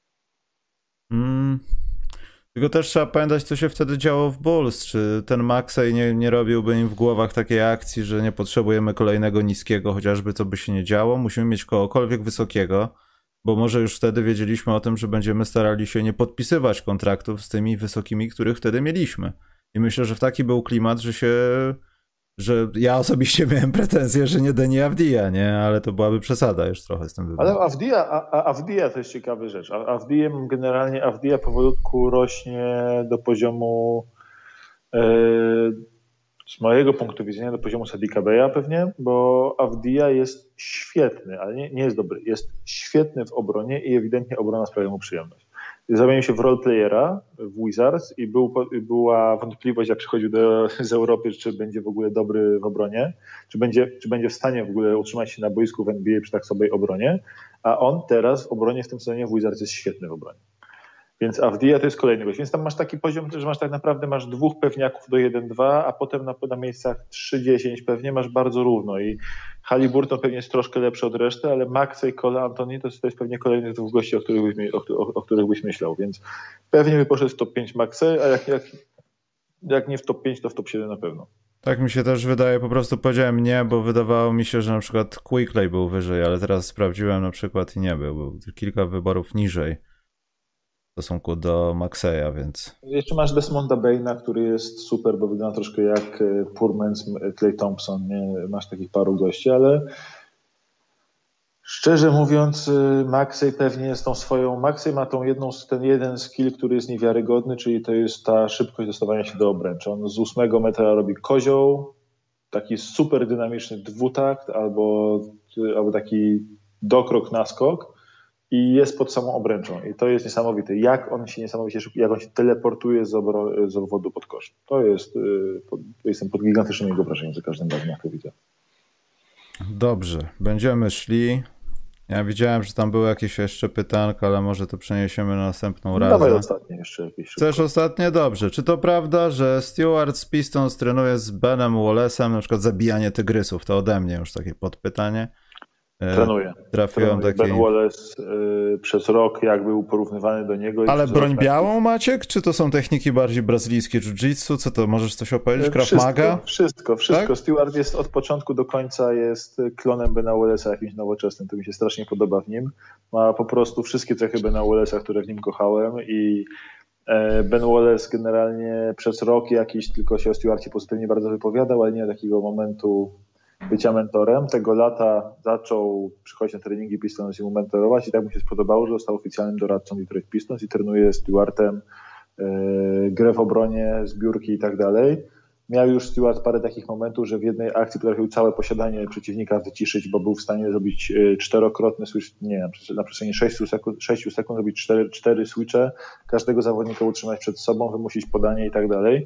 Tylko też trzeba pamiętać, co się wtedy działo w Bulls. Czy ten Maxey nie robiłby im w głowach takiej akcji, że nie potrzebujemy kolejnego niskiego, chociażby co by się nie działo. Musimy mieć kogokolwiek wysokiego. Bo może już wtedy wiedzieliśmy o tym, że będziemy starali się nie podpisywać kontraktów z tymi wysokimi, których wtedy mieliśmy. I myślę, że w taki był klimat, że ja osobiście miałem pretensje, że nie Deni Avdija, nie? Ale to byłaby przesada już trochę z tym wyborem. Ale Avdija to jest ciekawa rzecz. Generalnie Avdija powolutku rośnie do poziomu z mojego punktu widzenia do poziomu Sadika Beya pewnie, bo Avdija jest świetny, ale nie jest dobry. Jest świetny w obronie i ewidentnie obrona sprawia mu przyjemność. Zamienił się w roleplayera w Wizards i była wątpliwość, jak przychodził z Europy, czy będzie w ogóle dobry w obronie, czy będzie w stanie w ogóle utrzymać się na boisku w NBA przy tak słabej obronie, a on teraz w obronie w tym sezonie w Wizards jest świetny w obronie. Więc Avdija to jest kolejny gość. Więc tam masz taki poziom, że masz tak naprawdę dwóch pewniaków do 1-2, a potem na miejscach 3-10 pewnie masz bardzo równo i Haliburton pewnie jest troszkę lepszy od reszty, ale Maxey i Cole Antony to jest pewnie kolejnych dwóch gości, o których byś myślał, więc pewnie by poszedł w top 5 Maxey, a jak nie w top 5, to w top 7 na pewno. Tak mi się też wydaje, po prostu powiedziałem nie, bo wydawało mi się, że na przykład Quickley był wyżej, ale teraz sprawdziłem na przykład i nie był kilka wyborów niżej w stosunku do Maxeya, więc... Jeszcze masz Desmonda Baina, który jest super, bo wygląda troszkę jak Purmans, Klay Thompson, nie? Masz takich paru gości, ale szczerze mówiąc Maxey pewnie z tą swoją... Maxey ma ten jeden skill, który jest niewiarygodny, czyli to jest ta szybkość dostawania się do obręczy. On z 8 metra robi kozioł, taki super dynamiczny dwutakt albo taki dokrok, naskok. i jest pod samą obręczą. I to jest niesamowite. Jak on się teleportuje z obwodu pod kosz. Jestem pod gigantycznym jego wrażeniem za każdym razem, jak to widzę. Dobrze, będziemy szli. Ja widziałem, że tam było jakieś jeszcze pytanko, ale może to przeniesiemy na następną razę. Dawaj ostatnie jeszcze jakieś. Chcesz ostatnie? Dobrze. Czy to prawda, że Stewart z Pistons trenuje z Benem Wallace'em, na przykład zabijanie tygrysów? To ode mnie już takie podpytanie. Trenuje. Taki... Ben Wallace przez rok jak był porównywany do niego. Ale broń białą, Maciek? Czy to są techniki bardziej brazylijskie jiu-jitsu? Co to? Możesz coś opowiedzieć? Krav Maga? Wszystko. Tak? Stewart jest od początku do końca klonem Bena Wallace'a jakimś nowoczesnym. To mi się strasznie podoba w nim. Ma po prostu wszystkie cechy Bena Wallace'a, które w nim kochałem i Ben Wallace generalnie przez rok jakiś tylko się o Stewarcie pozytywnie bardzo wypowiadał, ale nie takiego momentu bycia mentorem. Tego lata zaczął przychodzić na treningi Pistons i mu mentorować i tak mu się spodobało, że został oficjalnym doradcą Detroit Pistons i trenuje z Stewartem grę w obronie, zbiórki i tak dalej. Miał już Stewart parę takich momentów, że w jednej akcji potrafił całe posiadanie przeciwnika wyciszyć, bo był w stanie zrobić czterokrotny switch, na przestrzeni 6 sekund zrobić 4 switche, każdego zawodnika utrzymać przed sobą, wymusić podanie i tak dalej.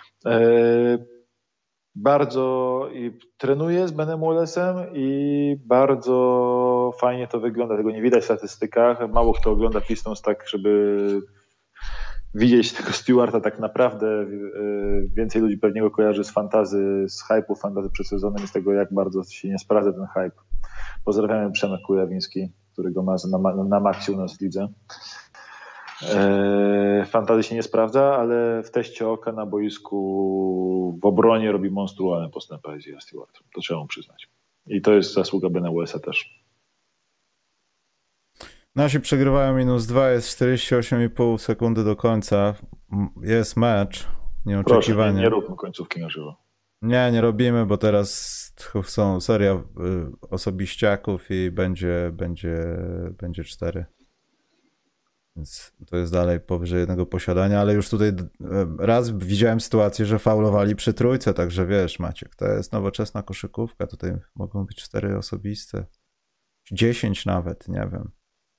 Bardzo trenuje z Benem Wallace'em i bardzo fajnie to wygląda. Tego nie widać w statystykach. Mało kto ogląda Pistons tak, żeby widzieć tego Stewarta tak naprawdę. Więcej ludzi pewnie go kojarzy z fantazy, z hype'u fantazy przed sezonem i z tego, jak bardzo się nie sprawdza ten hype. Pozdrawiamy Przemek Kujawiński, którego ma na maksie u nas w lidze. Fantazy się nie sprawdza, ale w teście oka na boisku w obronie robi monstrualne postępy Isaiah Stewart. To trzeba mu przyznać. I to jest zasługa Bena Wallace'a też. Nasi przegrywają -2, jest 48,5 sekundy do końca. Jest mecz. Nieoczekiwanie. Proszę, nie róbmy końcówki na żywo. Nie robimy, bo teraz są seria osobiściaków i będzie 4. Więc to jest dalej powyżej jednego posiadania, ale już tutaj raz widziałem sytuację, że faulowali przy trójce, także wiesz, Maciek, to jest nowoczesna koszykówka, tutaj mogą być 4 osobiste, 10 nawet, nie wiem.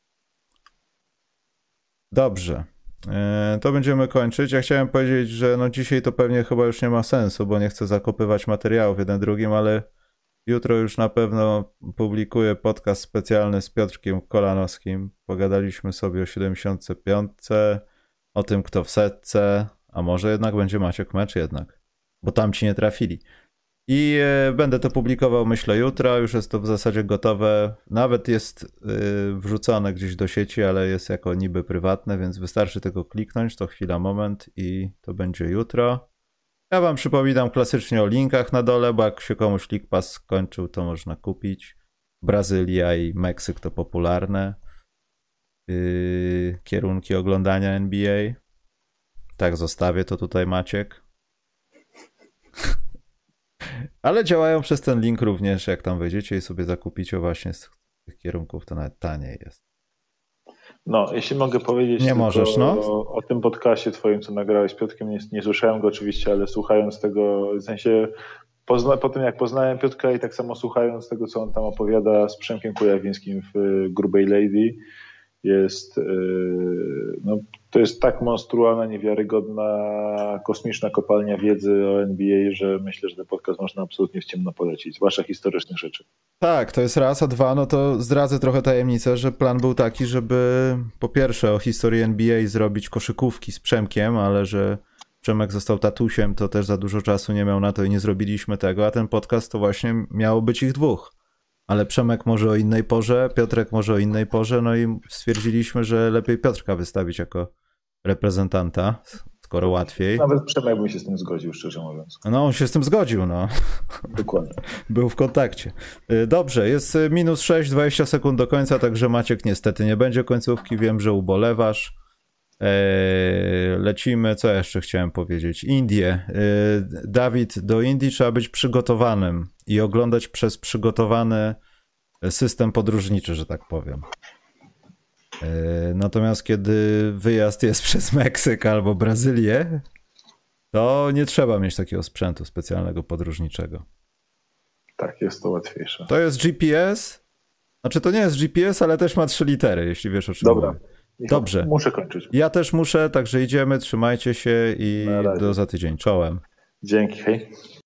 Dobrze, to będziemy kończyć. Ja chciałem powiedzieć, że no dzisiaj to pewnie chyba już nie ma sensu, bo nie chcę zakopywać materiałów jeden drugim, ale jutro już na pewno publikuję podcast specjalny z Piotrkiem Kolanowskim. Pogadaliśmy sobie o 75, o tym, kto w setce, a może jednak będzie Maciek mecz jednak, bo tam ci nie trafili. I będę to publikował, myślę, jutro. Już jest to w zasadzie gotowe. Nawet jest wrzucone gdzieś do sieci, ale jest jako niby prywatne, więc wystarczy tego kliknąć, to chwila, moment i to będzie jutro. Ja wam przypominam klasycznie o linkach na dole, bo jak się komuś League Pass skończył, to można kupić. Brazylia i Meksyk to popularne kierunki oglądania NBA. Tak, zostawię to tutaj, Maciek. Ale działają przez ten link również, jak tam wejdziecie i sobie zakupicie właśnie z tych kierunków, to nawet taniej jest. No, jeśli mogę powiedzieć nie możesz, no. o tym podcastie twoim, co nagrałeś z Piotrkiem, nie słyszałem go oczywiście, ale słuchając tego, w sensie po tym jak poznałem Piotrka i tak samo słuchając tego, co on tam opowiada z Przemkiem Kujawińskim w Grubej Lady, to jest tak monstrualna, niewiarygodna, kosmiczna kopalnia wiedzy o NBA, że myślę, że ten podcast można absolutnie w ciemno polecić, zwłaszcza historycznych rzeczy. Tak, to jest raz, a dwa, no to zdradzę trochę tajemnicę, że plan był taki, żeby po pierwsze o historii NBA zrobić koszykówki z Przemkiem, ale że Przemek został tatusiem, to też za dużo czasu nie miał na to i nie zrobiliśmy tego, a ten podcast to właśnie miało być ich dwóch. Ale Przemek może o innej porze, Piotrek może o innej porze, no i stwierdziliśmy, że lepiej Piotrka wystawić jako reprezentanta, skoro łatwiej. Nawet Przemek by się z tym zgodził, szczerze mówiąc. No, on się z tym zgodził, no. Dokładnie. Był w kontakcie. Dobrze, jest -6, 20 sekund do końca, także Maciek niestety nie będzie końcówki, wiem, że ubolewasz. Lecimy, co jeszcze chciałem powiedzieć? Indie. Dawid, do Indii trzeba być przygotowanym i oglądać przez przygotowany system podróżniczy, że tak powiem. Natomiast kiedy wyjazd jest przez Meksyk albo Brazylię, to nie trzeba mieć takiego sprzętu specjalnego podróżniczego. Tak, jest to łatwiejsze. To jest GPS Znaczy to nie jest GPS, ale też ma 3 litery, jeśli wiesz o czym Dobra. mówię. Dobrze. Muszę kończyć. Ja też muszę, także idziemy, trzymajcie się i Na razie. do za tydzień. Czołem. Dzięki, hej.